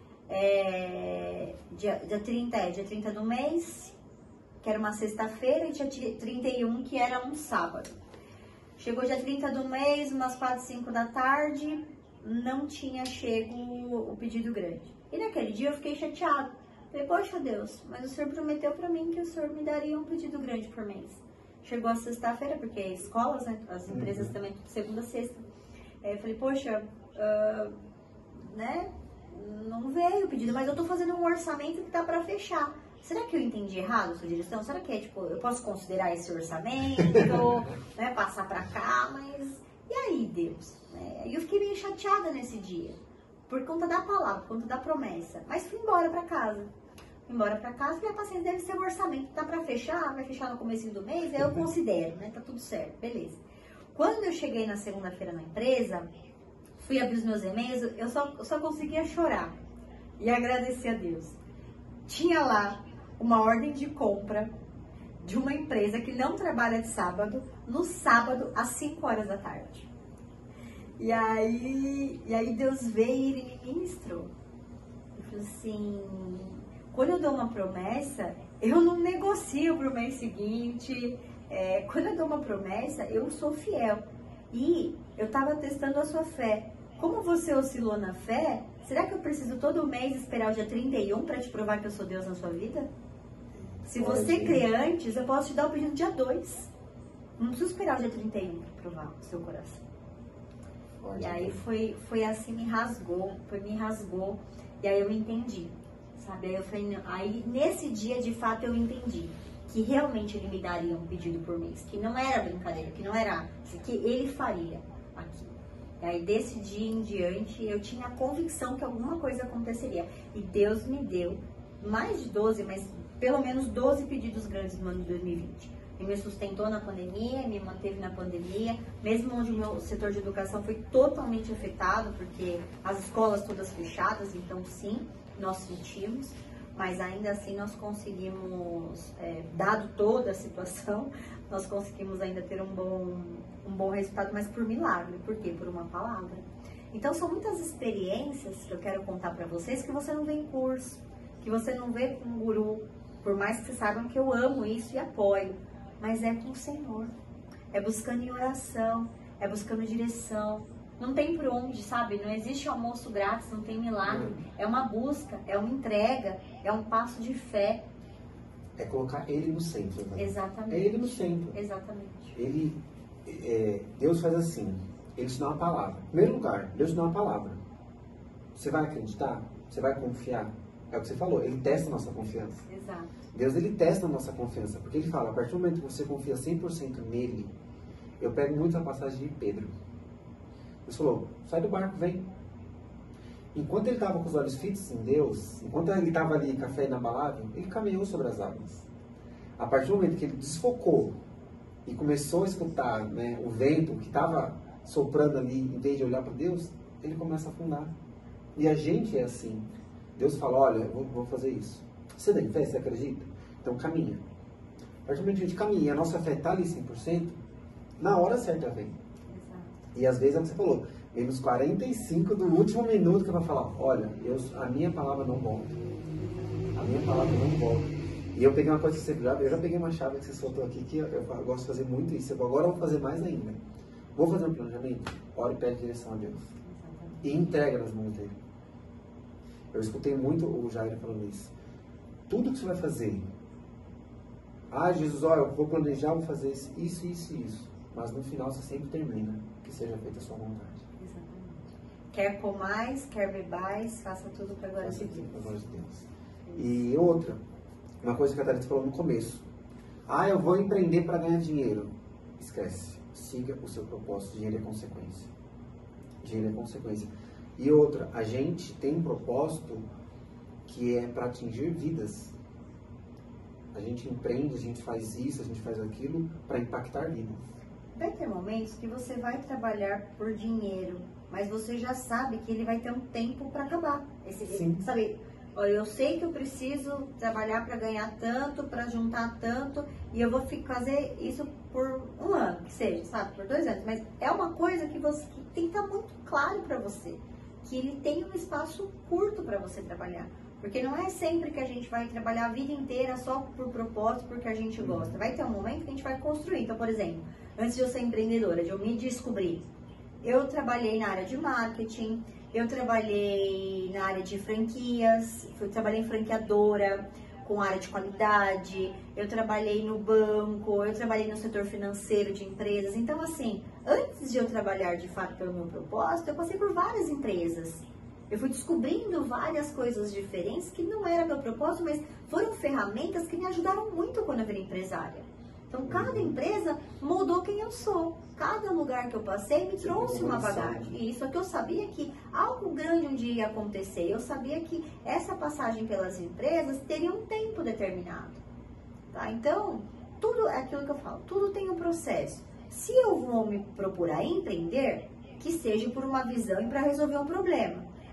é, dia, dia trinta, é, dia trinta do mês, que era uma sexta-feira, e dia trinta e um, que era um sábado. Chegou dia trinta do mês, umas quatro, cinco da tarde, não tinha chego o pedido grande. E naquele dia eu fiquei chateada. Falei, poxa Deus, mas o Senhor prometeu para mim que o Senhor me daria um pedido grande por mês. Chegou a sexta-feira, porque escolas, né, as empresas uhum. também, segunda a sexta. Aí eu falei, poxa, uh, né, não veio o pedido, mas eu tô fazendo um orçamento que tá para fechar. Será que eu entendi errado a sua direção? Será que é, tipo, eu posso considerar esse orçamento, né, passar para cá, mas... E aí, Deus? É, eu fiquei meio chateada nesse dia, por conta da palavra, por conta da promessa. Mas fui embora para casa. embora para casa, e a paciência deve ser o orçamento, tá para fechar, vai fechar no comecinho do mês, aí eu considero, né, tá tudo certo, beleza. Quando eu cheguei na segunda-feira na empresa, fui abrir os meus e-mails, eu só, eu só conseguia chorar e agradecer a Deus. tinha lá uma ordem de compra de uma empresa que não trabalha de sábado, no sábado às cinco horas da tarde. E aí, e aí Deus veio e ele me ministrou. Eu falei assim, quando eu dou uma promessa, eu não negocio para o mês seguinte. É, quando eu dou uma promessa, eu sou fiel. E eu estava testando a sua fé. Como você oscilou na fé, será que eu preciso todo mês esperar o dia trinta e um para te provar que eu sou Deus na sua vida? Se você crê antes, eu posso te dar o pedido dia dois. Não preciso esperar o dia trinta e um para provar o seu coração. E aí foi, foi assim, me rasgou, foi, me rasgou. E aí eu entendi, sabe? Aí, eu falei, aí nesse dia, de fato, eu entendi que realmente ele me daria um pedido por mês. Que não era brincadeira, que não era... Que ele faria aqui. E aí desse dia em diante, eu tinha a convicção que alguma coisa aconteceria. E Deus me deu mais de doze, mas pelo menos doze pedidos grandes no ano de dois mil e vinte. Ele me sustentou na pandemia, me manteve na pandemia, mesmo onde o meu setor de educação foi totalmente afetado, porque as escolas todas fechadas, então sim, nós sentimos, mas ainda assim nós conseguimos, é, dado toda a situação, nós conseguimos ainda ter um bom, um bom resultado, mas por milagre. Por quê? Por uma palavra. Então são muitas experiências que eu quero contar para vocês que você não vê em curso, que você não vê com um guru, por mais que vocês saibam que eu amo isso e apoio. Mas é com o Senhor, é buscando em oração, é buscando direção. Não tem por onde, sabe? Não existe almoço grátis, não tem milagre. É uma busca, é uma entrega, é um passo de fé. É colocar Ele no centro. Né? Exatamente. É Ele no centro. Exatamente. Ele, é, Deus faz assim, Ele te dá uma palavra. Em primeiro lugar, Deus te dá uma palavra. Você vai acreditar? Você vai confiar? É o que você falou, Ele testa a nossa confiança. Exato. Deus, Ele testa a nossa confiança, porque Ele fala, a partir do momento que você confia cem por cento nele, eu pego muito a passagem de Pedro. Deus falou, sai do barco, vem. Enquanto ele estava com os olhos fitos em Deus, enquanto ele estava ali com a fé inabalável, ele caminhou sobre as águas. A partir do momento que ele desfocou e começou a escutar, né, o vento que estava soprando ali, em vez de olhar para Deus, ele começa a afundar. E a gente é assim. Deus fala, olha, eu vou, vou fazer isso. Você tem fé? Você acredita? Então caminha. A partir do momento que a gente caminha e a nossa fé está ali cem por cento, na hora certa vem. Exato. E às vezes é o que você falou, vem nos quarenta e cinco do último minuto que vai falar, olha, eu, a minha palavra não volta. A minha palavra não volta. E eu peguei uma coisa que você já, eu já peguei uma chave que você soltou aqui, que eu, eu, eu gosto de fazer muito isso. Eu, agora eu vou fazer mais ainda. Vou fazer um planejamento, ora e pede direção a Deus. Exatamente. E entrega nas mãos dele. Eu escutei muito o Jair falando isso. Tudo que você vai fazer, ah, Jesus, olha, eu vou planejar, vou fazer isso, isso, isso e isso. Mas no final você sempre termina, que seja feita a sua vontade. Exatamente. Quer comais, quer bebais, faça tudo para a glória de Deus. Para a glória de Deus. E outra, uma coisa que a Thalita falou no começo. Ah, eu vou empreender para ganhar dinheiro. Esquece. Siga o seu propósito. Dinheiro é consequência. Dinheiro é consequência. E outra, a gente tem um propósito que é para atingir vidas. A gente empreende, a gente faz isso, a gente faz aquilo para impactar vidas. Vai ter momentos que você vai trabalhar por dinheiro, mas você já sabe que ele vai ter um tempo para acabar. Esse, Sim. Sabe, olha, eu sei que eu preciso trabalhar para ganhar tanto, para juntar tanto, e eu vou fazer isso por um ano, que seja, sabe, por dois anos. Mas é uma coisa que, você, que tem que estar muito claro para você, que ele tem um espaço curto para você trabalhar. Porque não é sempre que a gente vai trabalhar a vida inteira só por propósito, porque a gente gosta. Vai ter um momento que a gente vai construir. Então, por exemplo, antes de eu ser empreendedora, de eu me descobrir, eu trabalhei na área de marketing, eu trabalhei na área de franquias, eu trabalhei em franqueadora, com área de qualidade, eu trabalhei no banco, eu trabalhei no setor financeiro de empresas. Então, assim, antes de eu trabalhar de fato pelo meu propósito, eu passei por várias empresas. Eu fui descobrindo várias coisas diferentes que não era meu propósito, mas foram ferramentas que me ajudaram muito quando eu virei empresária. Então, cada empresa moldou quem eu sou. Cada lugar que eu passei me trouxe uma bagagem. E isso é que eu sabia que algo grande um dia ia acontecer. Eu sabia que essa passagem pelas empresas teria um tempo determinado. Tá? Então, tudo é aquilo que eu falo. Tudo tem um processo. Se eu vou me procurar empreender, que seja por uma visão e para resolver um problema.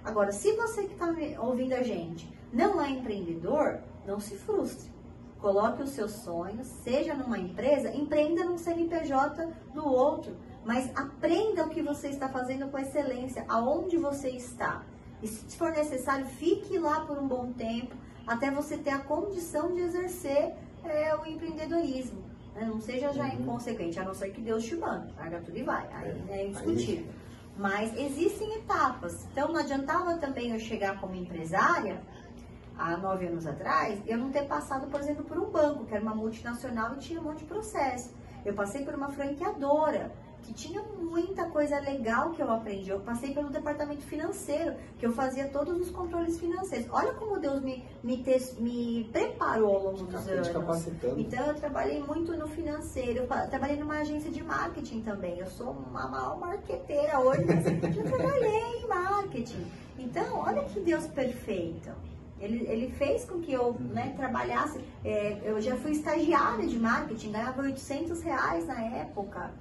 Agora, se você que está ouvindo a gente não é empreendedor, não se frustre. Coloque os seus sonhos, seja numa empresa, empreenda num C N P J do outro, mas aprenda o que você está fazendo com excelência, aonde você está. E se for necessário, fique lá por um bom tempo, até você ter a condição de exercer é, o empreendedorismo. Né? Não seja já uhum. inconsequente, a não ser que Deus te mande, larga tudo e vai, aí é indiscutível. Aí... Mas existem etapas, então não adiantava também eu chegar como empresária, há nove anos atrás, eu não ter passado, por exemplo, por um banco, que era uma multinacional e tinha um monte de processo. Eu passei por uma franqueadora, que tinha muita coisa legal que eu aprendi. Eu passei pelo departamento financeiro, que eu fazia todos os controles financeiros. Olha como Deus me, me, te, me preparou ao longo dos anos. Então, eu trabalhei muito no financeiro. Eu trabalhei numa agência de marketing também. Eu sou uma maior marqueteira hoje, mas eu trabalhei em marketing. Então, olha que Deus perfeito. Ele, ele fez com que eu né, trabalhasse. É, eu já fui estagiária de marketing, ganhava oitocentos reais na época.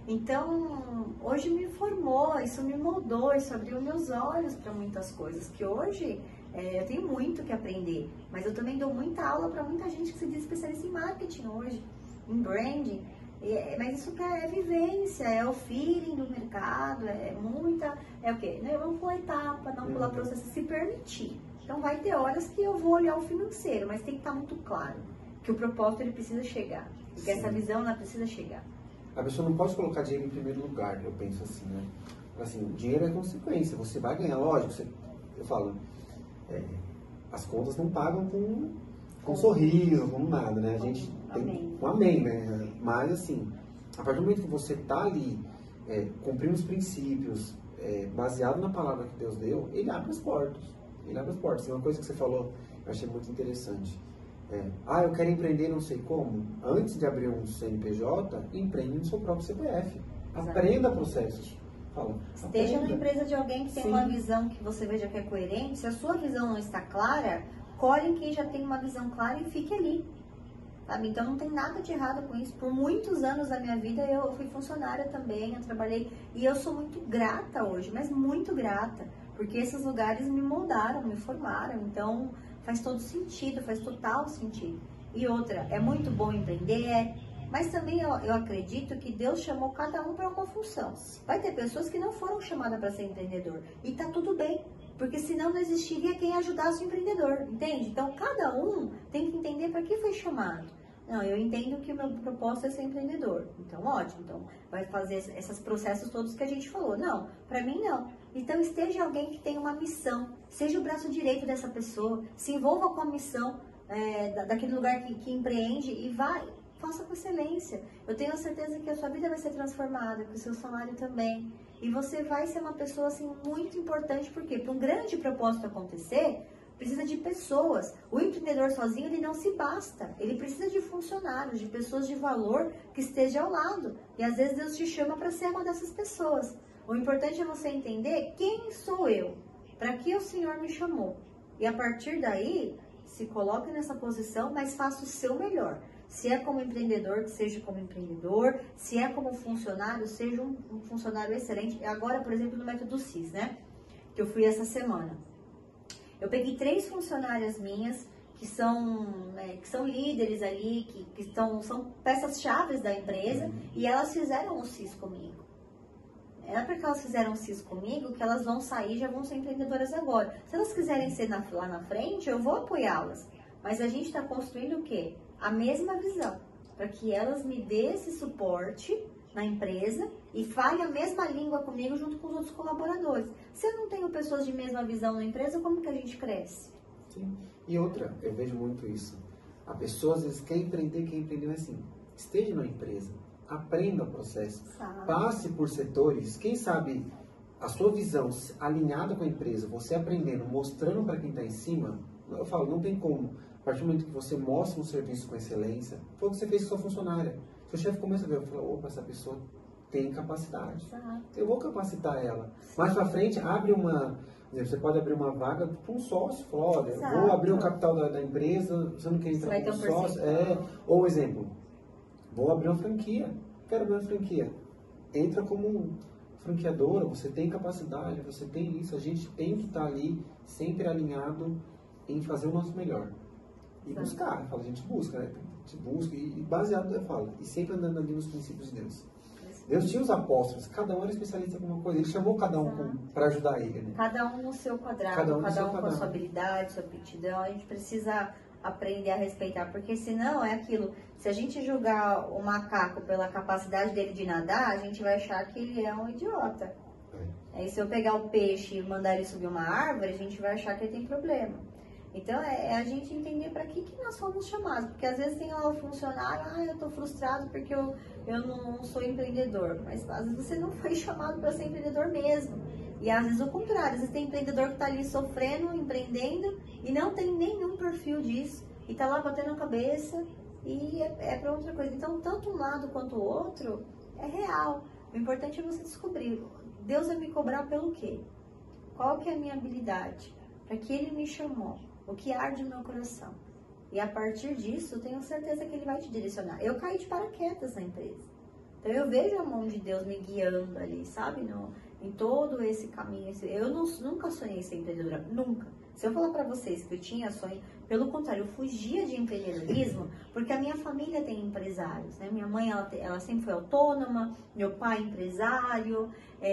Então, hoje me formou, isso me moldou, isso abriu meus olhos para muitas coisas, que hoje é, eu tenho muito que aprender, mas eu também dou muita aula para muita gente que se diz especialista em marketing hoje, em branding, é, mas isso é vivência, é o feeling do mercado, é muita, é o quê? Não pular etapa, não pular processo, se permitir. Então vai ter horas que eu vou olhar o financeiro, mas tem que estar muito claro que o propósito ele precisa chegar, e que essa visão ela precisa chegar. A pessoa não pode colocar dinheiro em primeiro lugar, eu penso assim, né? Assim, dinheiro é consequência, você vai ganhar, lógico, você, eu falo, é, as contas não pagam com, com sorriso, com nada, né? A gente tem amém. um amém, né? Mas assim, a partir do momento que você tá ali, é, cumprindo os princípios, é, baseado na palavra que Deus deu, ele abre as portas, ele abre as portas. Uma coisa que você falou, eu achei muito interessante. É, ah, eu quero empreender não sei como. Antes de abrir um C N P J, empreende no seu próprio C P F. Aprenda processos. Fala, Esteja aprenda. na empresa de alguém que tem Sim. uma visão que você veja que é coerente. Se a sua visão não está clara, colhe em quem já tem uma visão clara e fique ali. Sabe? Então não tem nada de errado com isso. Por muitos anos da minha vida eu fui funcionária também, eu trabalhei. E eu sou muito grata hoje, mas muito grata. Porque esses lugares me moldaram, me formaram. Então... faz todo sentido, faz total sentido. E outra, é muito bom empreender, é, mas também eu, eu acredito que Deus chamou cada um para uma função. Vai ter pessoas que não foram chamadas para ser empreendedor. E tá tudo bem, porque senão não existiria quem ajudasse o empreendedor, entende? Então cada um tem que entender para que foi chamado. Não, eu entendo que o meu propósito é ser empreendedor. Então, ótimo. Então, vai fazer esses processos todos que a gente falou. Não, para mim não. Então, esteja alguém que tem uma missão. Seja o braço direito dessa pessoa. Se envolva com a missão é, daquele lugar que, que empreende e vai, faça com excelência. Eu tenho a certeza que a sua vida vai ser transformada, que o seu salário também. E você vai ser uma pessoa, assim, muito importante. Por quê? Para um grande propósito acontecer... precisa de pessoas. O empreendedor sozinho, ele não se basta. Ele precisa de funcionários, de pessoas de valor que estejam ao lado. E às vezes Deus te chama para ser uma dessas pessoas. O importante é você entender quem sou eu, para que o Senhor me chamou. E a partir daí, se coloque nessa posição, mas faça o seu melhor. Se é como empreendedor, que seja como empreendedor. Se é como funcionário, seja um, um funcionário excelente. Agora, por exemplo, no método C I S, né? Que eu fui essa semana. Eu peguei três funcionárias minhas que são, né, que são líderes ali, que, que estão, são peças-chave da empresa, uhum. e elas fizeram o C I S comigo. É porque elas fizeram o C I S comigo que elas vão sair e já vão ser empreendedoras agora. Se elas quiserem ser na, lá na frente, eu vou apoiá-las. Mas a gente está construindo o quê? A mesma visão, para que elas me dêem esse suporte na empresa e fale a mesma língua comigo junto com os outros colaboradores. Se eu não tenho pessoas de mesma visão na empresa, como que a gente cresce? Sim. E outra, eu vejo muito isso. A pessoa às vezes quer empreender, quer empreender, mas assim, esteja na empresa, aprenda o processo, sabe. Passe por setores, quem sabe a sua visão alinhada com a empresa, você aprendendo, mostrando para quem está em cima, eu falo, não tem como. A partir do momento que você mostra um serviço com excelência, foi o que você fez com sua funcionária. Seu chefe começa a ver, fala, opa, essa pessoa tem capacidade. Exato. Eu vou capacitar ela. Mais pra frente, abre uma... Você pode abrir uma vaga para um sócio. Fala, olha, Exato. Vou abrir o capital da, da empresa, você não quer entrar como um sócio? É. Ou, exemplo, vou abrir uma franquia. Quero abrir uma franquia. Entra como um franqueadora, você tem capacidade, você tem isso, a gente tem que estar ali sempre alinhado em fazer o nosso melhor. E buscar, eu falo, a gente busca, né? A gente busca, e baseado, eu falo, e sempre andando ali nos princípios de Deus. Deus tinha os apóstolos, cada um era especialista em alguma coisa, ele chamou cada um para ajudar ele, né? Cada um no seu quadrado, cada um, cada um com quadrado. a sua habilidade, sua aptidão, a gente precisa aprender a respeitar, porque senão é aquilo, se a gente julgar o macaco pela capacidade dele de nadar, a gente vai achar que ele é um idiota. É. Aí se eu pegar o peixe e mandar ele subir uma árvore, a gente vai achar que ele tem problema. Então é, é a gente entender para que, que nós fomos chamados, porque às vezes tem lá o funcionário, ah, eu tô frustrado porque eu, eu não sou empreendedor, mas às vezes você não foi chamado para ser empreendedor mesmo. E às vezes o contrário, às vezes tem empreendedor que está ali sofrendo, empreendendo e não tem nenhum perfil disso. E está lá batendo a cabeça e é, é para outra coisa. Então, tanto um lado quanto o outro é real. O importante é você descobrir, Deus vai me cobrar pelo quê? Qual que é a minha habilidade? Para que Ele me chamou? O que arde no meu coração? E a partir disso, eu tenho certeza que Ele vai te direcionar. Eu caí de paraquedas na empresa. Então, eu vejo a mão de Deus me guiando ali, sabe? No, em todo esse caminho. Eu não, nunca sonhei ser empreendedora, nunca. Se eu falar para vocês que eu tinha sonho, pelo contrário, eu fugia de empreendedorismo, porque a minha família tem empresários, né? Minha mãe, ela, ela sempre foi autônoma, meu pai empresário,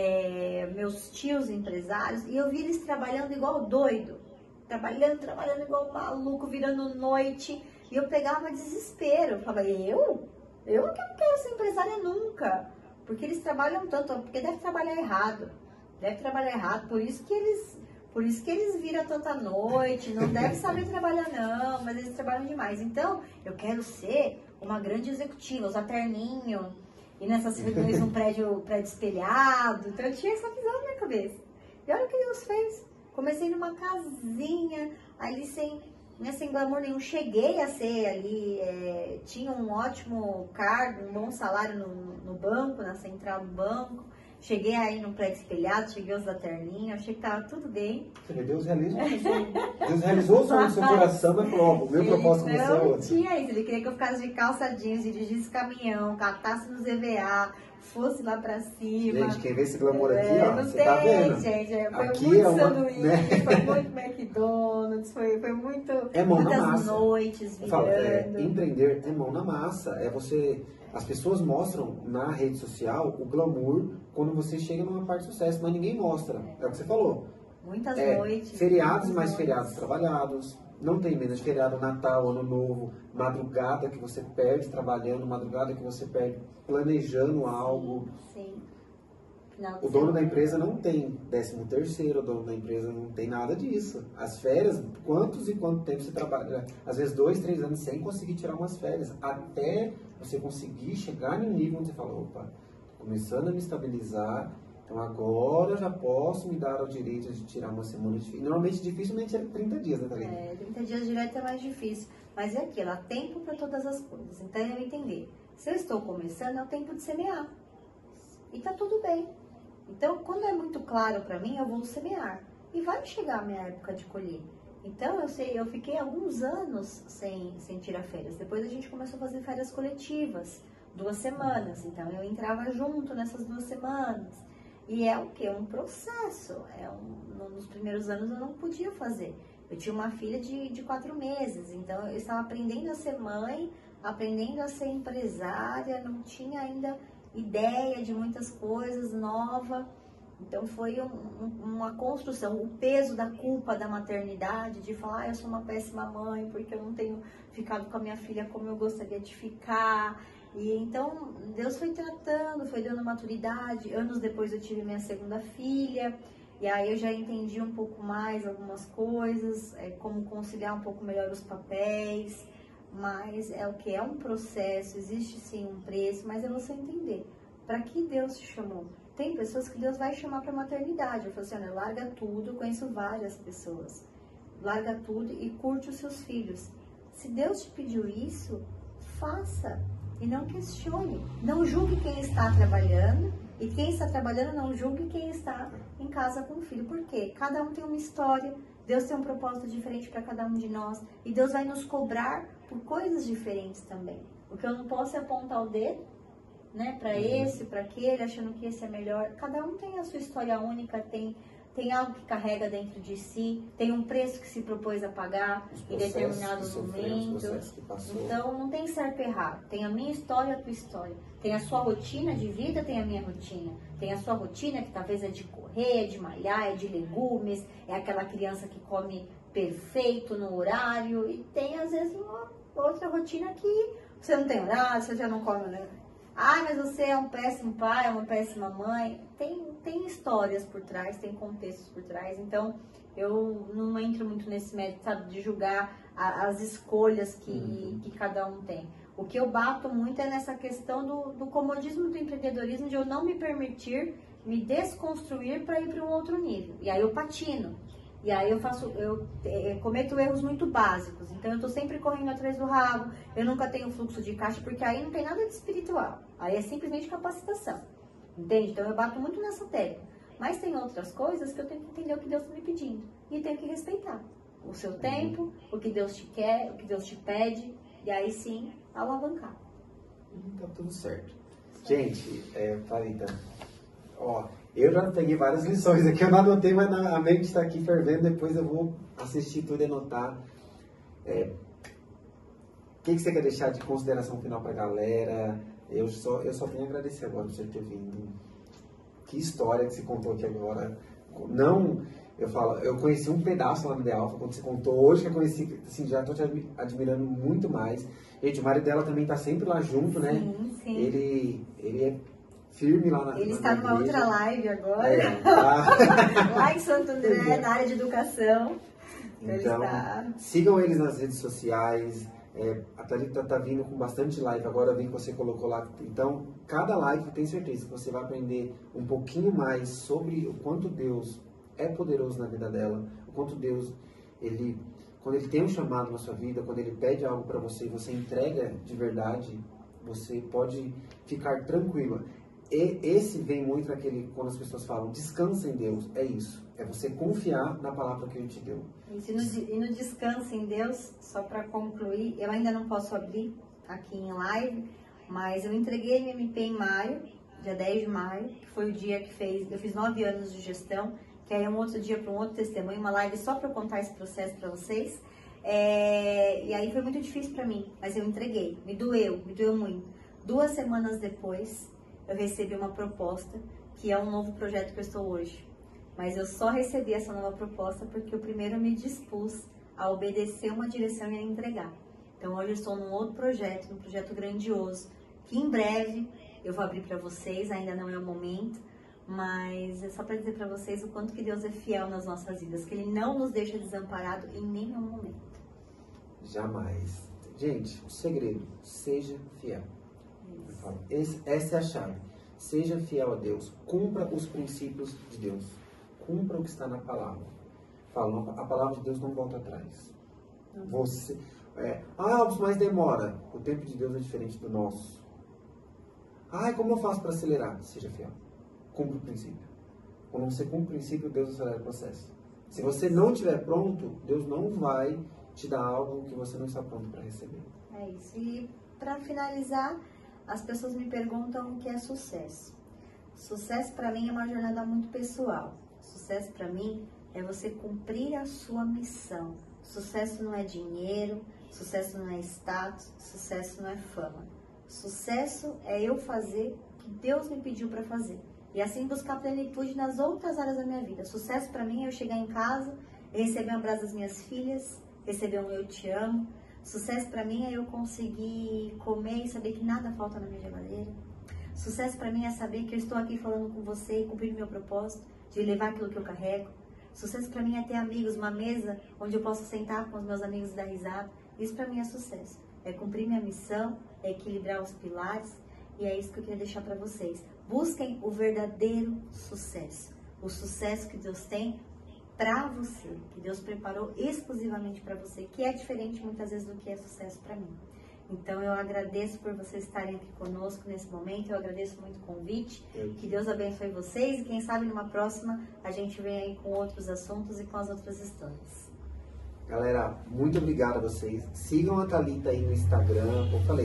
é, meus tios empresários, e eu vi eles trabalhando igual doido, trabalhando, trabalhando igual maluco, virando noite, e eu pegava desespero, eu falava, eu? Eu não quero ser empresária nunca. Porque eles trabalham tanto, porque deve trabalhar errado. Deve trabalhar errado, por isso que eles, por isso que eles viram tanta noite, não deve saber trabalhar não, mas eles trabalham demais. Então, eu quero ser uma grande executiva, usar terninho, e nessas reuniões num prédio, prédio espelhado. Então eu tinha essa visão na minha cabeça. E olha o que Deus fez. Comecei numa casinha, ali sem, né, sem glamour nenhum. Cheguei a ser ali, é, tinha um ótimo cargo, um bom salário no, no banco, na central do banco. Cheguei aí num prédio espelhado, cheguei a usar terninho, achei que tava tudo bem. Deus realizou Deus realizou o sonho no seu coração, mas falou, o meu propósito com você é outro. Não tinha isso, ele queria que eu ficasse de calça jeans, dirigisse caminhão, catasse no Z V A, fosse lá pra cima. Gente, quem vê esse glamour aqui, é, ó, não você tem, tá vendo? Gente, foi aqui muito é uma, sanduíche, né? foi muito McDonald's, foi, foi muito, é mão muitas na massa. noites virando. Falo, é, empreender é mão na massa, é você... As pessoas mostram na rede social o glamour quando você chega numa parte de sucesso, mas ninguém mostra. É o que você falou. Muitas é, noites. Feriados e mais noites. feriados trabalhados. Não tem menos de feriado, Natal, Ano Novo, madrugada que você perde trabalhando, madrugada que você perde planejando algo. Sim. O dono da empresa não tem décimo terceiro, o dono da empresa não tem nada disso. As férias, quantos e quanto tempo você trabalha? Às vezes dois, três anos sem conseguir tirar umas férias. Até você conseguir chegar num nível onde você fala, opa, tô começando a me estabilizar, então agora eu já posso me dar ao direito de tirar uma semana de férias. Normalmente dificilmente é trinta dias, né, Thalita? É, trinta dias direto é mais difícil. Mas é aquilo, há tempo para todas as coisas. Então eu entender. Se eu estou começando, é o tempo de semear. E tá tudo bem. Então, quando é muito claro para mim, eu vou semear. E vai chegar a minha época de colher. Então, eu sei, eu fiquei alguns anos sem, sem tirar férias. Depois a gente começou a fazer férias coletivas, duas semanas. Então, eu entrava junto nessas duas semanas. E é o quê? Um processo. É um, nos primeiros anos eu não podia fazer. Eu tinha uma filha de, de quatro meses. Então, eu estava aprendendo a ser mãe, aprendendo a ser empresária, não tinha ainda... ideia de muitas coisas, nova. Então foi um, um, uma construção, o peso da culpa da maternidade, de falar, ah, eu sou uma péssima mãe porque eu não tenho ficado com a minha filha como eu gostaria de ficar. E então Deus foi tratando, foi dando maturidade. Anos depois eu tive minha segunda filha, e aí eu já entendi um pouco mais algumas coisas, é, como conciliar um pouco melhor os papéis. Mas é o que? É um processo, existe sim um preço, mas é você entender para que Deus te chamou. Tem pessoas que Deus vai chamar para maternidade. Eu falo assim, olha, larga tudo, eu conheço várias pessoas. Larga tudo e curte os seus filhos. Se Deus te pediu isso, faça e não questione. Não julgue quem está trabalhando e quem está trabalhando não julgue quem está em casa com o filho. Por quê? Cada um tem uma história. Deus tem um propósito diferente para cada um de nós. E Deus vai nos cobrar por coisas diferentes também. O que eu não posso é apontar o dedo né? Para uhum. esse, para aquele, achando que esse é melhor. Cada um tem a sua história única, tem, tem algo que carrega dentro de si, tem um preço que se propôs a pagar em determinado momento. Então, não tem certo e errado. Tem a minha história, a tua história. Tem a sua rotina de vida, tem a minha rotina. Tem a sua rotina que talvez é de correr, é de malhar, é de legumes, é aquela criança que come perfeito no horário. E tem, às vezes, uma outra rotina que você não tem horário, você já não come, né? Ah, mas você é um péssimo pai, é uma péssima mãe. Tem, tem histórias por trás, tem contextos por trás. Então, eu não entro muito nesse mérito, sabe, de julgar a, as escolhas que, uhum. que cada um tem. O que eu bato muito é nessa questão do, do comodismo do empreendedorismo, de eu não me permitir me desconstruir para ir para um outro nível. E aí eu patino. E aí eu faço, eu é, cometo erros muito básicos. Então eu tô sempre correndo atrás do rabo, eu nunca tenho fluxo de caixa, porque aí não tem nada de espiritual. Aí é simplesmente capacitação. Entende? Então eu bato muito nessa tecla. Mas tem outras coisas que eu tenho que entender o que Deus está me pedindo. E tenho que respeitar o seu tempo, o que Deus te quer, o que Deus te pede. E aí sim, alavancar. Tá tudo certo. Gente, é, Thalita, ó, eu já peguei várias lições aqui, eu não anotei, mas a mente está aqui fervendo, depois eu vou assistir tudo e anotar. É, o que, que você quer deixar de consideração final para a galera? Eu só, eu só tenho a agradecer agora por você ter vindo. Que história que você contou aqui agora. Não, eu falo, eu conheci um pedaço lá no The Alpha, quando você contou hoje, que eu conheci, assim, já estou te admirando muito mais. Gente, o marido dela também está sempre lá junto, né? Sim, sim. Ele, ele é firme lá na Ele na, está na numa igreja. outra live agora. É, tá. Lá em Santo André, na área de educação. Então, ele está... sigam eles nas redes sociais. É, a Thalita tá vindo com bastante live, agora eu vi que você colocou lá. Então, cada live, eu tenho certeza que você vai aprender um pouquinho mais sobre o quanto Deus é poderoso na vida dela, o quanto Deus, ele, quando ele tem um chamado na sua vida, quando ele pede algo para você e você entrega de verdade, você pode ficar tranquila. E esse vem muito naquele, quando as pessoas falam, descansa em Deus, é isso. É você confiar na palavra que Ele te deu. E no, e no descanso em Deus, só para concluir, eu ainda não posso abrir aqui em live, mas eu entreguei meu M P em maio, dia dez de maio, que foi o dia que fez, eu fiz nove anos de gestão, que aí é um outro dia para um outro testemunho, uma live só para eu contar esse processo para vocês. É, e aí foi muito difícil para mim, mas eu entreguei, me doeu, me doeu muito. Duas semanas depois, eu recebi uma proposta, que é um novo projeto que eu estou hoje. Mas eu só recebi essa nova proposta porque eu primeiro me dispus a obedecer uma direção e a entregar. Então hoje eu estou num outro projeto, um projeto grandioso, que em breve eu vou abrir para vocês, ainda não é o momento, mas é só para dizer para vocês o quanto que Deus é fiel nas nossas vidas, que Ele não nos deixa desamparado em nenhum momento. Jamais. Gente, o segredo, seja fiel. Esse, essa é a chave. Seja fiel a Deus. Cumpra os princípios de Deus. Cumpra o que está na palavra. Fala, a palavra de Deus não volta atrás. Você, é, ah, mas demora. O tempo de Deus é diferente do nosso. Ah, como eu faço para acelerar? Seja fiel. Cumpra o princípio. Quando você cumpre o princípio, Deus acelera o processo. Se você não estiver pronto, Deus não vai te dar algo que você não está pronto para receber. É isso. E para finalizar, as pessoas me perguntam o que é sucesso. Sucesso para mim é uma jornada muito pessoal. Sucesso para mim é você cumprir a sua missão. Sucesso não é dinheiro, sucesso não é status, sucesso não é fama. Sucesso é eu fazer o que Deus me pediu para fazer. E assim buscar plenitude nas outras áreas da minha vida. Sucesso para mim é eu chegar em casa, receber um abraço das minhas filhas, receber um eu te amo. Sucesso para mim é eu conseguir comer e saber que nada falta na minha geladeira. Sucesso para mim é saber que eu estou aqui falando com você e cumprir o meu propósito de levar aquilo que eu carrego. Sucesso para mim é ter amigos, uma mesa onde eu possa sentar com os meus amigos e dar risada. Isso para mim é sucesso. É cumprir minha missão, é equilibrar os pilares e é isso que eu queria deixar para vocês. Busquem o verdadeiro sucesso. O sucesso que Deus tem para você, que Deus preparou exclusivamente para você, que é diferente muitas vezes do que é sucesso para mim. Então eu agradeço por vocês estarem aqui conosco nesse momento, eu agradeço muito o convite, que Deus abençoe vocês e quem sabe numa próxima a gente vem aí com outros assuntos e com as outras histórias. Galera, muito obrigado a vocês. Sigam a Thalita aí no Instagram, como eu falei,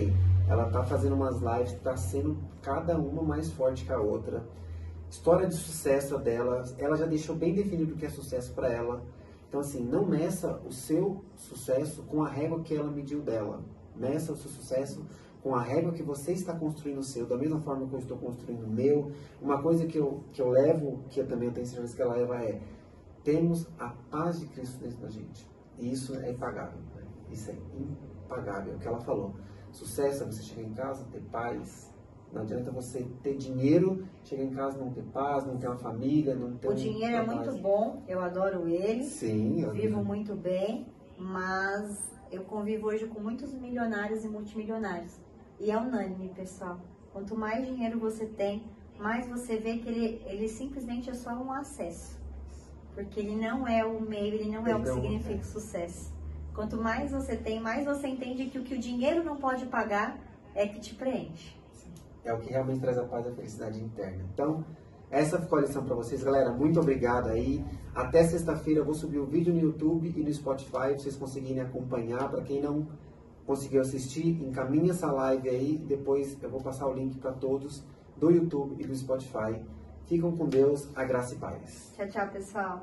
Ela tá fazendo umas lives que tá sendo cada uma mais forte que a outra. História de sucesso dela, ela já deixou bem definido o que é sucesso para ela. Então, assim, não meça o seu sucesso com a régua que ela mediu dela. Meça o seu sucesso com a régua que você está construindo o seu, da mesma forma que eu estou construindo o meu. Uma coisa que eu, que eu levo, que eu também tenho certeza que ela leva é, temos a paz de Cristo dentro da gente. E isso é impagável. Né? Isso é impagável. É o que ela falou. Sucesso é você chegar em casa, ter paz. Não adianta você ter dinheiro, chegar em casa não ter paz, não ter uma família, não ter... O dinheiro é muito bom, eu adoro ele. Sim. Eu vivo muito bem, mas eu convivo hoje com muitos milionários e multimilionários. E é unânime, pessoal. Quanto mais dinheiro você tem, mais você vê que ele, ele simplesmente é só um acesso. Porque ele não é o meio, ele não é ele o que não, significa é. sucesso. Quanto mais você tem, mais você entende que o que o dinheiro não pode pagar é que te preenche. É o que realmente traz a paz e a felicidade interna. Então, essa ficou a lição para vocês. Galera, muito obrigado aí. Até sexta-feira eu vou subir o vídeo no YouTube e no Spotify, para vocês conseguirem acompanhar. Para quem não conseguiu assistir, encaminha essa live aí. Depois eu vou passar o link para todos do YouTube e do Spotify. Ficam com Deus, a graça e paz. Tchau, tchau, pessoal.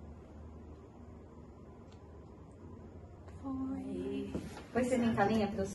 Depois você me encaminha para